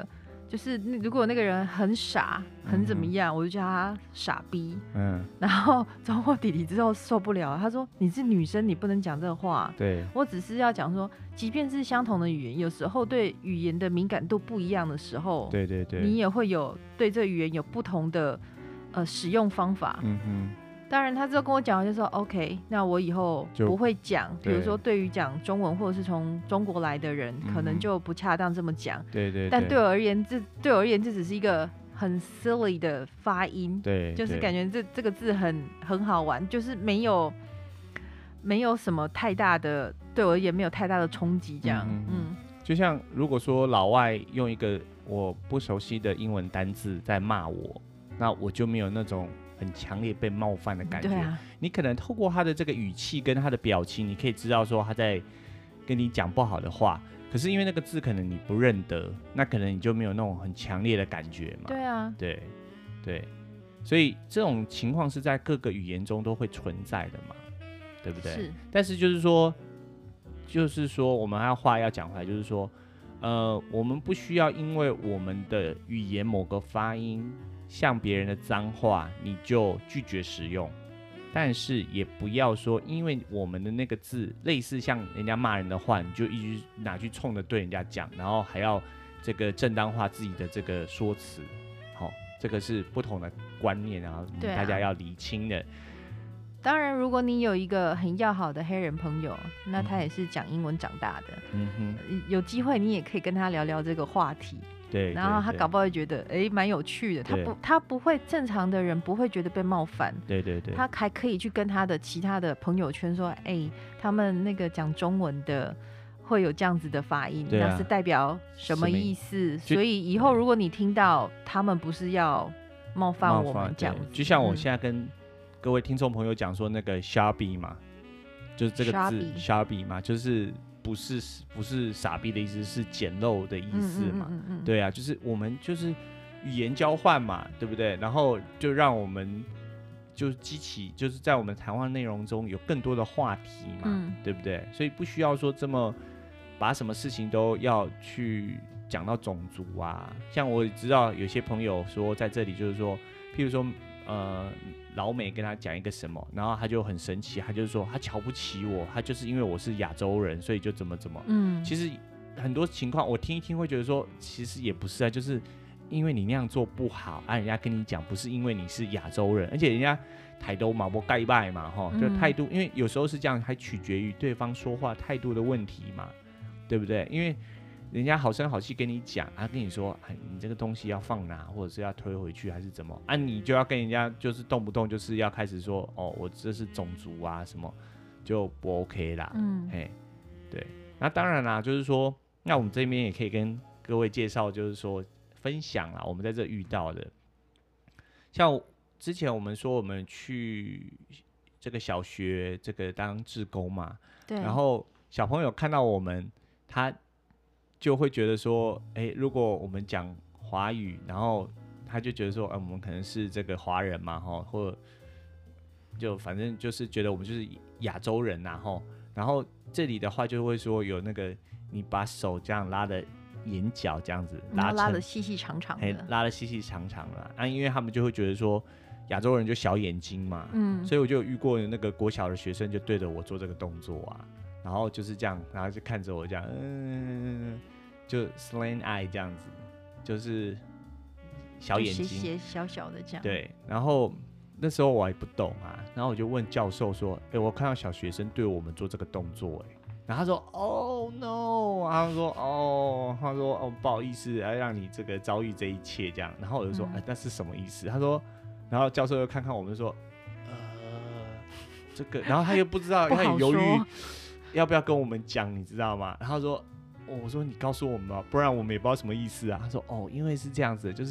就是如果那个人很傻，很怎么样，我就叫他傻逼。然后中国弟弟之后受不了，他说：“你是女生，你不能讲这话。” 对， 我只是要讲说，即便是相同的语言，有时候对语言的敏感度不一样的时候， 对对对， 你也会有对这个语言有不同的使用方法。当然，他之后跟我讲，就说 OK， 那我以后不会讲，比如说对于讲中文或者是从中国来的人，可能就不恰当这么讲。 对对。 但对我而言，这只是一个很 silly 的发音， 对， 就是感觉这个字很好玩，就是没有什么太大的，对我而言没有太大的冲击，这样。 就像如果说老外用一个我不熟悉的英文单字在骂我，那我就没有那种很强烈被冒犯的感觉。 对啊， 你可能透过他的这个语气跟他的表情，你可以知道说他在跟你讲不好的话。可是因为那个字可能你不认得，那可能你就没有那种很强烈的感觉嘛。 对啊， 对对，所以这种情况是在各个语言中都会存在的嘛，对不对？ 是。 但是就是说我们还要话要讲回来，就是说，我们不需要因为我们的语言某个发音像别人的脏话，你就拒绝使用。但是也不要说，因为我们的那个字类似像人家骂人的话，你就一直拿去冲着对人家讲，然后还要这个正当化自己的这个说辞。好，这个是不同的观念啊，大家要理清的。 当然，如果你有一个很要好的黑人朋友，那他也是讲英文长大的，有机会你也可以跟他聊聊这个话题。 对， 然后他搞不好会觉得蛮有趣的，他不会，正常的人不会觉得被冒犯。 对对对， 他还可以去跟他的其他的朋友圈说，他们那个讲中文的会有这样子的发音，那是代表什么意思？所以以后如果你听到他们不是要冒犯我们这样子， 就像我现在跟各位听众朋友讲说那个 shabby 嘛，就是这个字 shabby 嘛，就是不是傻逼的意思，是简陋的意思嘛。对啊，就是我们就是语言交换嘛，对不对？然后就让我们就激起，就是在我们谈话内容中有更多的话题嘛，对不对？所以不需要说这么把什么事情都要去讲到种族啊。像我知道有些朋友说在这里就是说，譬如说老美跟他讲一个什么，然后他就很生气，他就是说他瞧不起我，他就是因为我是亚洲人，所以就怎么。其实很多情况我听一听会觉得说，其实也不是啊，就是因为你那样做不好啊，人家跟你讲不是因为你是亚洲人，而且人家台都嘛不盖拜嘛哈，就态度，因为有时候是这样，还取决于对方说话态度的问题嘛，对不对？因为人家好声好气跟你讲，跟你说，你这个东西要放哪，或者是要推回去，还是怎么？你就要跟人家就是动不动就是要开始说，我这是种族啊什么，就不 OK 啦。对。那当然啦，就是说，那我们这边也可以跟各位介绍，就是说分享啦，我们在这遇到的，像之前我们说我们去这个小学这个当志工嘛，对，然后小朋友看到我们，他就会觉得说，如果我们讲华语，然后他就觉得说，我们可能是这个华人嘛，或者就反正就是觉得我们就是亚洲人呐，然后这里的话就会说有那个你把手这样拉的眼角这样子拉的细细长长的， 拉的细细长长的，因为他们就会觉得说亚洲人就小眼睛嘛，所以我就有遇过那个国小的学生就对着我做这个动作啊。然后就是这样，然后就看着我这样，就 slant eye 这样子，就是小眼睛， 斜小小的这样。 对，然后那时候我还不懂啊，然后我就问教授说：“我看到小学生对我们做这个动作，然后他说 ：‘Oh no！’ 他说不好意思，要让你这个遭遇这一切这样。”然后我就说：“那是什么意思？”他说，然后教授又看看我们说：“这个。”然后他又不知道，他很犹豫。要不要跟我们讲，你知道吗？然后说，我说你告诉我们吧，不然我们也不知道什么意思啊。他说，因为是这样子，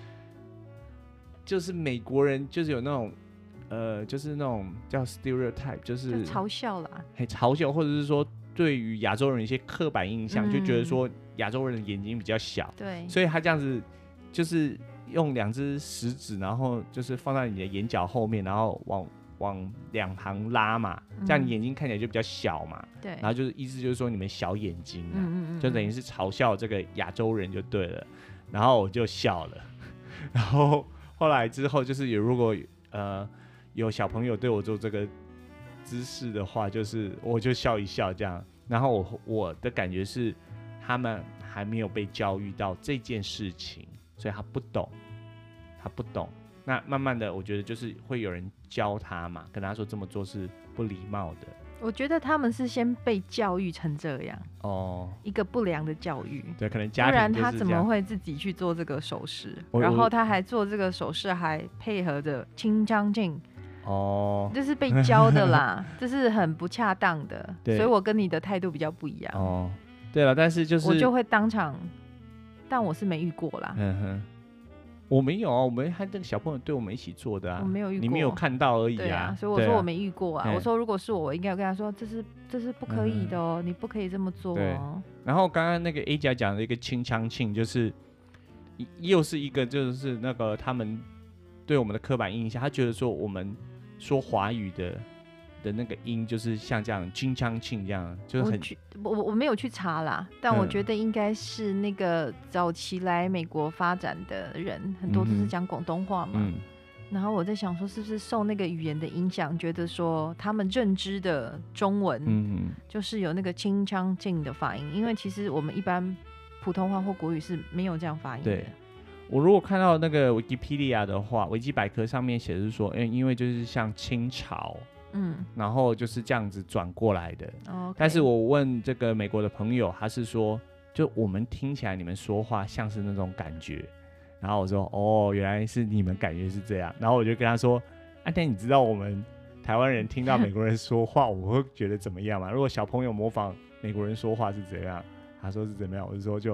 就是美国人就是有那种，就是那种叫 stereotype， 就是嘲笑啦， 嘲笑，或者是说对于亚洲人一些刻板印象，就觉得说亚洲人的眼睛比较小， 对， 所以他这样子就是用2只食指，然后就是放在你的眼角后面，然后往两旁拉嘛，这样你眼睛看起来就比较小嘛。对，然后就是意思就是说你们小眼睛啊，就等于是嘲笑这个亚洲人就对了。 然后我就笑了。然后后来之后就是如果有小朋友对我做这个姿势的话，就是我就笑一笑这样。然后我的感觉是他们还没有被教育到这件事情，所以他不懂。那慢慢的我觉得就是会有人教他嘛，跟他说这么做是不礼貌的。 我觉得他们是先被教育成这样一个不良的教育。 对，可能家庭就是这样， 不然他怎么会自己去做这个手势？然后他还做这个手势，还配合着清将进。这是被教的啦，这是很不恰当的。所以我跟你的态度比较不一样。 对了，但是就是我就会当场，但我是没遇过啦。 我没有啊，我们和这个小朋友对我们一起做的啊， 我没有遇过， 你没有看到而已对啊，所以我说我没遇过啊。我说如果是我应该跟他说，这是不可以的哦，你不可以这么做哦。 然后刚刚那个 A 甲讲的一个清腔庆，就是又是一个就是那个他们对我们的刻板印象，他觉得说我们说华语的那个音就是像这样清腔庆这样，就是很我没有去查啦，但我觉得应该是那个早期来美国发展的人很多都是讲广东话嘛。然后我在想说是不是受那个语言的影响，觉得说他们认知的中文就是有那个清腔庆的发音，因为其实我们一般普通话或国语是没有这样发音的。 对，我如果看到那个 Wikipedia 的话，维基百科上面写的是说因为就是像清朝然后就是这样子转过来的。但是我问这个美国的朋友，他是说就我们听起来你们说话像是那种感觉。然后我说原来是你们感觉是这样。然后我就跟他说但你知道我们台湾人听到美国人说话我会觉得怎么样吗？如果小朋友模仿美国人说话是怎样？他说是怎么样？我就说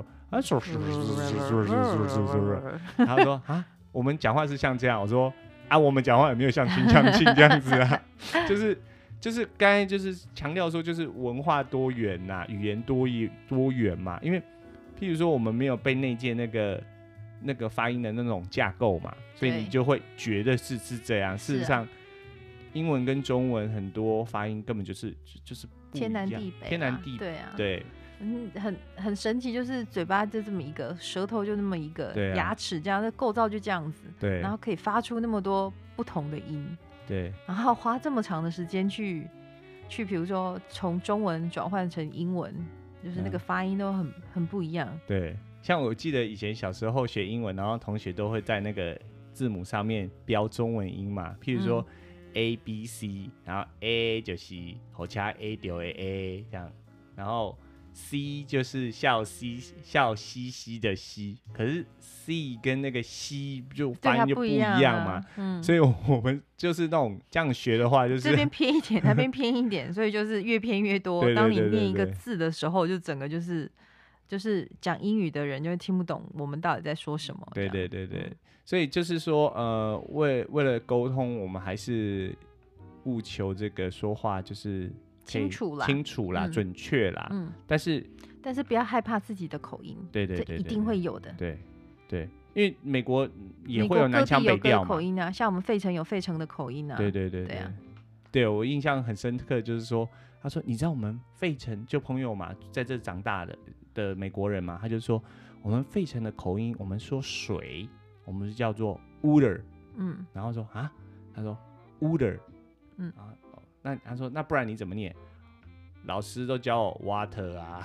然后他说我们讲话是像这样。我说我们讲话也没有像清腔庆这样子啊。就是刚才就是强调说就是文化多元语言多元嘛。因为譬如说我们没有被内建那个发音的那种架构嘛，所以你就会觉得是这样。事实上英文跟中文很多发音根本就是不一样， 天南地北。对啊， 对， 很神奇，就是嘴巴就这么一个，舌头就那么一个，牙齿这样的构造就这样子， 对， 然后可以发出那么多不同的音， 对， 然后花这么长的时间去比如说从中文转换成英文，就是那个发音都很不一样。 对，像我记得以前小时候学英文，然后同学都会在那个字母上面标中文音嘛，譬如说A B C， 然后 A 就是好加 A 丢 A 这样，然后 C 就是笑嘻嘻的嘻，可是 C 跟那个西就发音就不一样嘛。所以我们就是那种这样学的话，就是这边偏一点，那边偏一点，所以就是越偏越多。 对对对对对， 当你念一个字的时候，就整个就是讲英语的人就会听不懂我们到底在说什么。 对对对对，所以就是说为了沟通，我们还是务求这个说话就是清楚啦准确啦。但是不要害怕自己的口音。 对对对对， 这一定会有的。 对对，因为美国也会有南腔北调嘛， 口音啊，像我们费城有费城的口音啊。 对对对对啊，对我印象很深刻，就是说他说你知道我们费城就朋友嘛，在这长大的美国人嘛，他就说我们费城的口音，我们说水，我们是叫做 water， 然后说他说 water， 那他说那不然你怎么念？老师都教我 water 啊。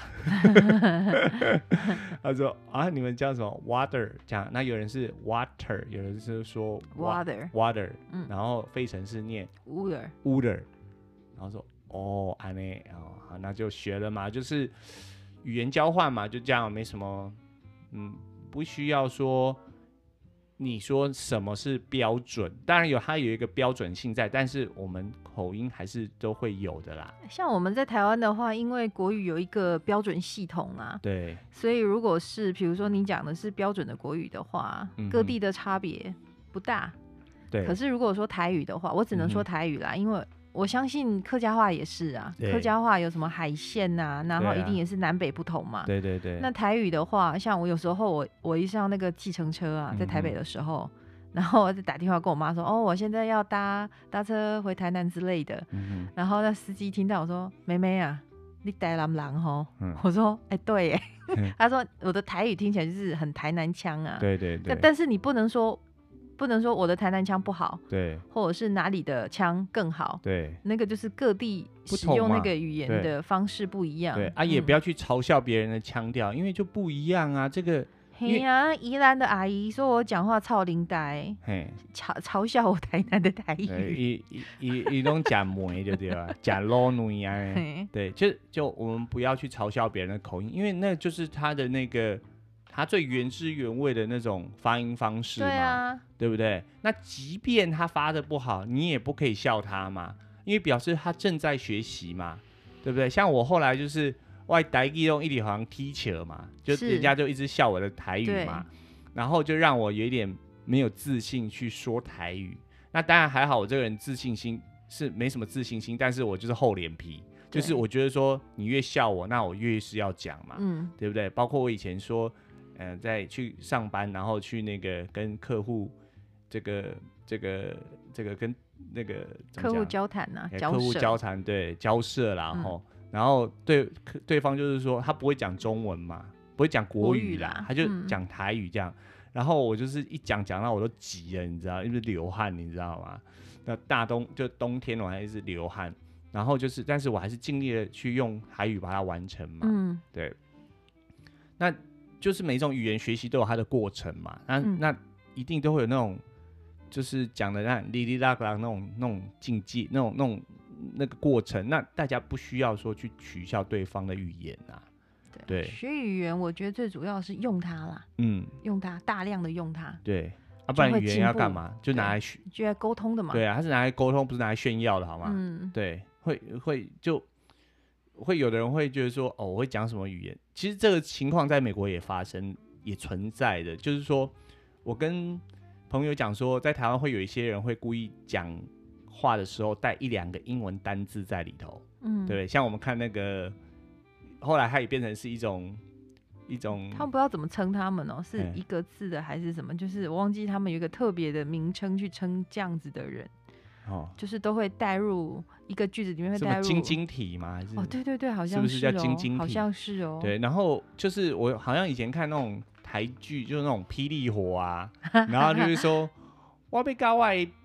他说你们叫什么 water？ 这样，那有人是 water， 有人是说 water， 然后费城是念 water， 然后说安内好，那就学了嘛，就是语言交换嘛，就这样，没什么，不需要说你说什么是标准，当然它有一个标准性在，但是我们口音还是都会有的啦。 像我们在台湾的话，因为国语有一个标准系统啊， 对， 所以如果是比如说你讲的是标准的国语的话，各地的差别不大。 对， 可是如果说台语的话，我只能说台语啦，因为我相信客家话也是啊，客家话有什么海线啊，然后一定也是南北不同嘛。 对对对。 那台语的话，像我有时候我一上那个计程车啊，在台北的时候，然后我就打电话跟我妈说，我现在要搭车回台南之类的。然后那司机听到我说，妹妹啊，你台南人吼？我说，对耶。 他说我的台语听起来就是很台南腔啊。 对对对。 但是你不能说我的台南腔不好， 对， 或者是哪里的腔更好， 对， 那个就是各地使用那个语言的方式不一样。 对啊，也不要去嘲笑别人的腔调，因为就不一样啊。这个， 嘿啊，宜兰的阿姨说我讲话超灵呆，嘲笑我台南的台语， 一种假梅就对了，假老女啊。对，就我们不要去嘲笑别人的口音，因为那就是他的那个。他最原汁原味的那种发音方式嘛，对啊，对不对？那即便他发的不好，你也不可以笑他嘛，因为表示他正在学习嘛，对不对？像我后来就是我台语用一里好像踢球嘛，就人家就一直笑我的台语嘛，然后就让我有一点没有自信去说台语。那当然还好，我这个人自信心是没什么自信心，但是我就是厚脸皮，就是我觉得说你越笑我，那我越是要讲嘛，对不对？包括我以前说。在去上班，然后去那个跟客户这个跟那个客户交谈啊， 客户交谈对交涉啦，然后对方就是说他不会讲中文嘛，不会讲国语啦，他就讲台语这样，然后我就是一讲到我都急了，你知道，因为流汗，你知道吗？那冬天我还是流汗，然后就是但是我还是尽力的去用台语把它完成嘛，对，那。就是每一种语言学习都有它的过程嘛，那一定都会有那种，就是讲的那哩哩啦啦那种境界，那个过程，那大家不需要说去取笑对方的语言啊。对， 学语言我觉得最主要是用它啦，用它大量的用它。 对，不然语言要干嘛？就拿来学， 就来沟通的嘛。 对啊，它是拿来沟通，不是拿来炫耀的好吗？对，会有的人会觉得说，我会讲什么语言？其实这个情况在美国也发生，也存在的。就是说，我跟朋友讲说，在台湾会有一些人会故意讲话的时候带1-2个英文单字在里头，对，像我们看那个，后来它也变成是一种， 他们不知道怎么称他们是一个字的还是什么？就是我忘记他们有一个特别的名称去称这样子的人。就是都会带入一个句子里面会带入什么晶体吗？还是对对对，好像是不是叫晶体？ 好像是哦。 对，然后就是我好像以前看那种台剧，就是那种霹雳火啊，然后就是说我要跟我的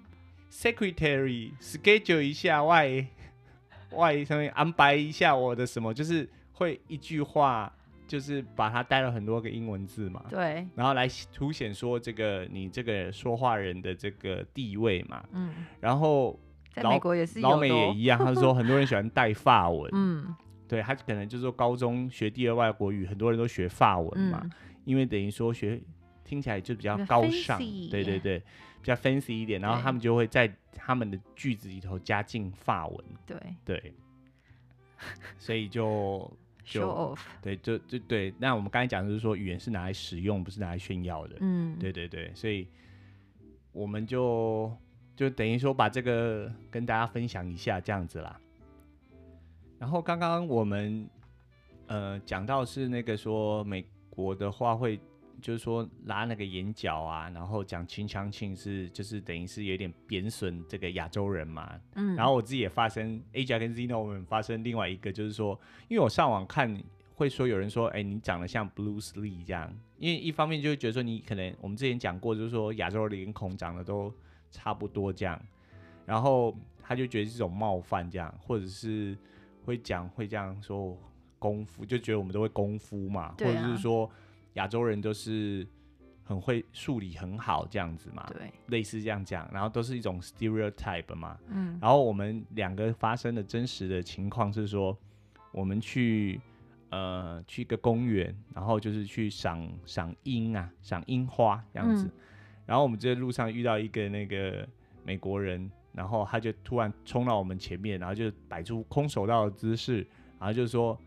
secretary schedule 一下，我上面安排一下我的什么，就是会一句话。就是把它带了很多个英文字嘛， 对， 然后来凸显说你这个说话人的这个地位嘛，然后在美国也是有的， 老美也一样，他说很多人喜欢带法文，对，他可能就是说高中学第2外国语，很多人都学法文嘛，因为等于说听起来就比较高尚，对对对，比较 fancy 一点，然后他们就会在他们的句子里头加进法文，对，所以就。 show off， 对，就对。那我们刚才讲的就是说，语言是拿来使用，不是拿来炫耀的。对对对，所以我们就等于说把这个跟大家分享一下这样子啦。然后刚刚我们讲到是那个说美国的话会就是说拉那个眼角啊，然后讲清腔庆就是等于是有点贬损这个亚洲人嘛。然后我自己也发生 AJ 跟 Zeno 我们发生另外一个就是说，因为我上网看会说有人说，你长得像 Bruce Lee 这样，因为一方面就会觉得说你可能我们之前讲过，就是说亚洲的脸孔长得都差不多这样，然后他就觉得是一种冒犯这样，或者是会这样说功夫，就觉得我们都会功夫嘛，或者是说。亚洲人都是很会数理很好这样子嘛， 对， 类似这样讲，然后都是一种 stereotype 嘛，然后我们2个发生的真实的情况是说，我们去一个公园，然后就是去赏樱花这样子，然后我们在路上遇到一个那个美国人，然后他就突然冲到我们前面，然后就摆出空手道的姿势，然后就说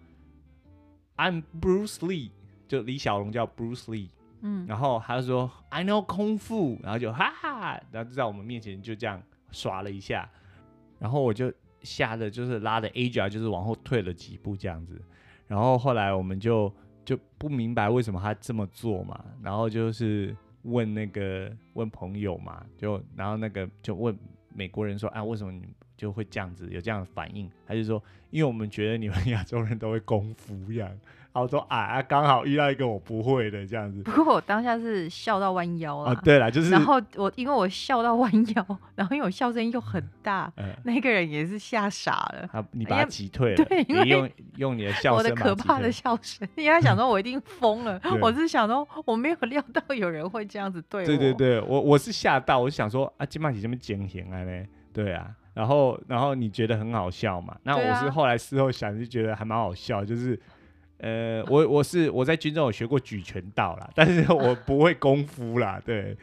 I'm Bruce Lee。就李小龙叫 Bruce Lee，然后他就说 I know 功夫，然后就哈哈，然后就在我们面前就这样耍了一下，然后我就吓得就是拉的 AJ 就是往后退了几步这样子，然后后来我们就不明白为什么他这么做嘛，然后就是问朋友嘛，然后那个就问美国人说为什么你就会这样子有这样的反应，他就说因为我们觉得你们亚洲人都会功夫一样。 我说刚好遇到一个我不会的这样子。 不过我当下是笑到弯腰了。 对啦，就是。然后因为我笑到弯腰，然后因为我笑声又很大，那个人也是吓傻了。 你把他击退了。对，因为用你的笑声我的可怕的笑声，因为他想说我一定疯了。我是想说我没有料到有人会这样子对我。 对，我是吓到，我是想说今晚你这么惊险啊呢？对啊。然后你觉得很好笑嘛？那我是后来事后想就觉得还蛮好笑，就是我在军中有学过举拳道啦，但是我不会功夫啦，对，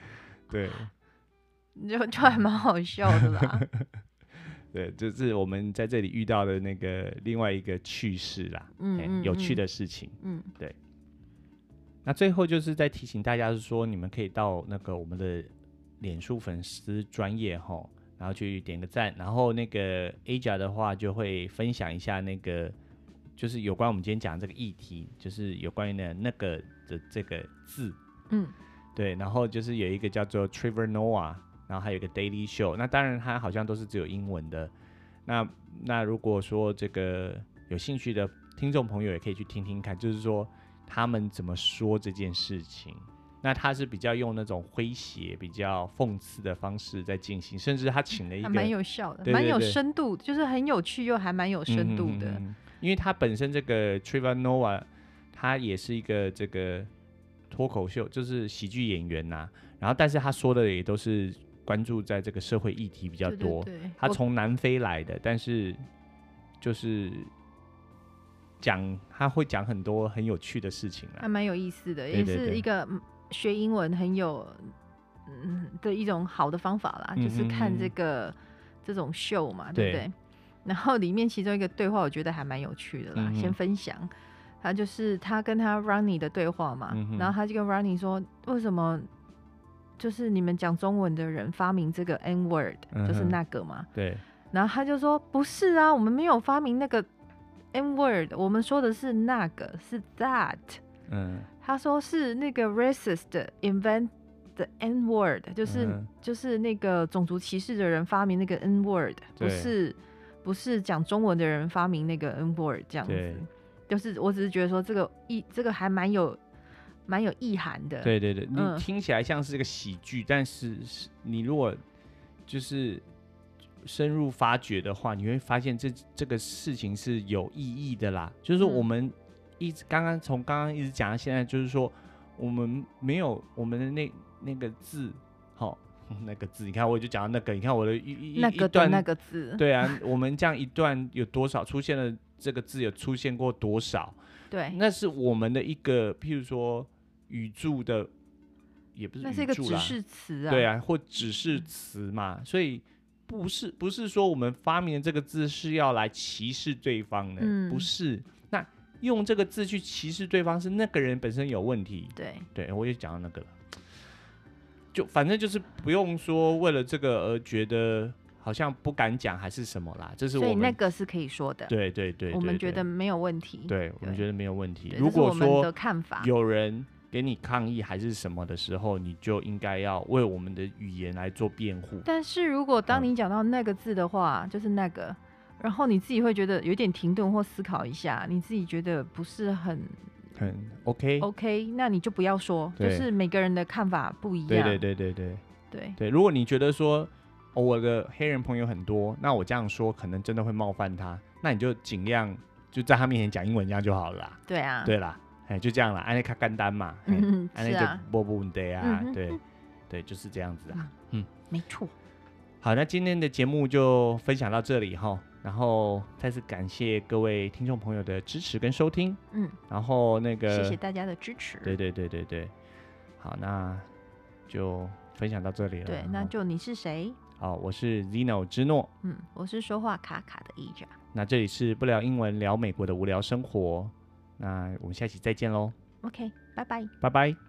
就还蛮好笑的啦。 对，就是我们在这里遇到的那个另外一个趣事啦，有趣的事情，对。那最后就是再提醒大家是说，你们可以到那个我们的脸书粉丝专页齁。然后去点个赞，然后那个 Aja 的话就会分享一下那个，就是有关我们今天讲的这个议题，就是有关于那个的这个字，对，然后就是有一个叫做 Trevor Noah， 然后还有一个 Daily Show， 那当然它好像都是只有英文的，那如果说这个有兴趣的听众朋友也可以去听听看，就是说他们怎么说这件事情。那他是比较用那种诙谐、比较讽刺的方式在进行，甚至他请了一个还蛮有效的，蛮有深度，就是很有趣又还蛮有深度的。 因为他本身这个 Trevor Noah， 他也是一个这个脱口秀，就是喜剧演员呐。然后，但是他说的也都是关注在这个社会议题比较多。对，他从南非来的，但是就是他会讲很多很有趣的事情啦， 还蛮有意思的，也是一个。学英文很有的一种好的方法啦，就是看这种秀嘛，对不对？然后里面其中一个对话，我觉得还蛮有趣的啦，先分享。他就是他跟他 Ronnie 的对话嘛，然后他就跟 Ronnie 说，为什么就是你们讲中文的人发明这个 N word，就是那个嘛， 对。 然后他就说不是啊，我们没有发明那个 N word， 我们说的是那个是 that。他说是那个 racist invent the N word， 就是那个种族歧视的人发明那个 N word， 不是讲中文的人发明那个 N word 这样子。就是我只是觉得说这个还蛮有意涵的。 对，你听起来像是个喜剧，但是你如果就是深入发掘的话，你会发现这个事情是有意义的啦。就是说我们从刚刚一直讲到现在，就是说我们没有我们的那个字，那个字，你看我就讲到那个，你看我的一段那个字， 对啊，我们这样一段有多少出现了这个字，有出现过多少？ 对， 那是我们的一个，譬如说语助的，也不是语助啦， 那是一个指示词啊， 对啊，或指示词嘛，所以不是说我们发明的这个字是要来歧视对方的，不是。那用这个字去歧视对方，是那个人本身有问题。对，我也讲到那个了，就反正就是不用说为了这个而觉得好像不敢讲还是什么啦，这是我们， 所以那个是可以说的。 对， 我们觉得没有问题。 对，我们觉得没有问题。 如果说有人给你抗议还是什么的时候，你就应该要为我们的语言来做辩护。 但是如果当你讲到那个字的话，就是那个。然后你自己会觉得有点停顿或思考一下，你自己觉得不是很 OK， 那你就不要说，就是每个人的看法不一样。对， 如果你觉得说我的黑人朋友很多，那我这样说可能真的会冒犯他，那你就尽量就在他面前讲英文这样就好了啦。 对啊， 对啦，就这样啦，安尼较简单嘛，安尼就没问题啊，对，就是这样子啊， 没错。 好，那今天的节目就分享到这里哈，然后再次感谢各位听众朋友的支持跟收听，然后谢谢大家的支持， 对，好，那就分享到这里了。 对，那就你是谁？ 我是 Zeno 之诺， 我是说话卡卡的Aja。 那这里是不聊英文聊美国的无聊生活，那我们下期再见喽。 OK， 拜拜。 拜拜。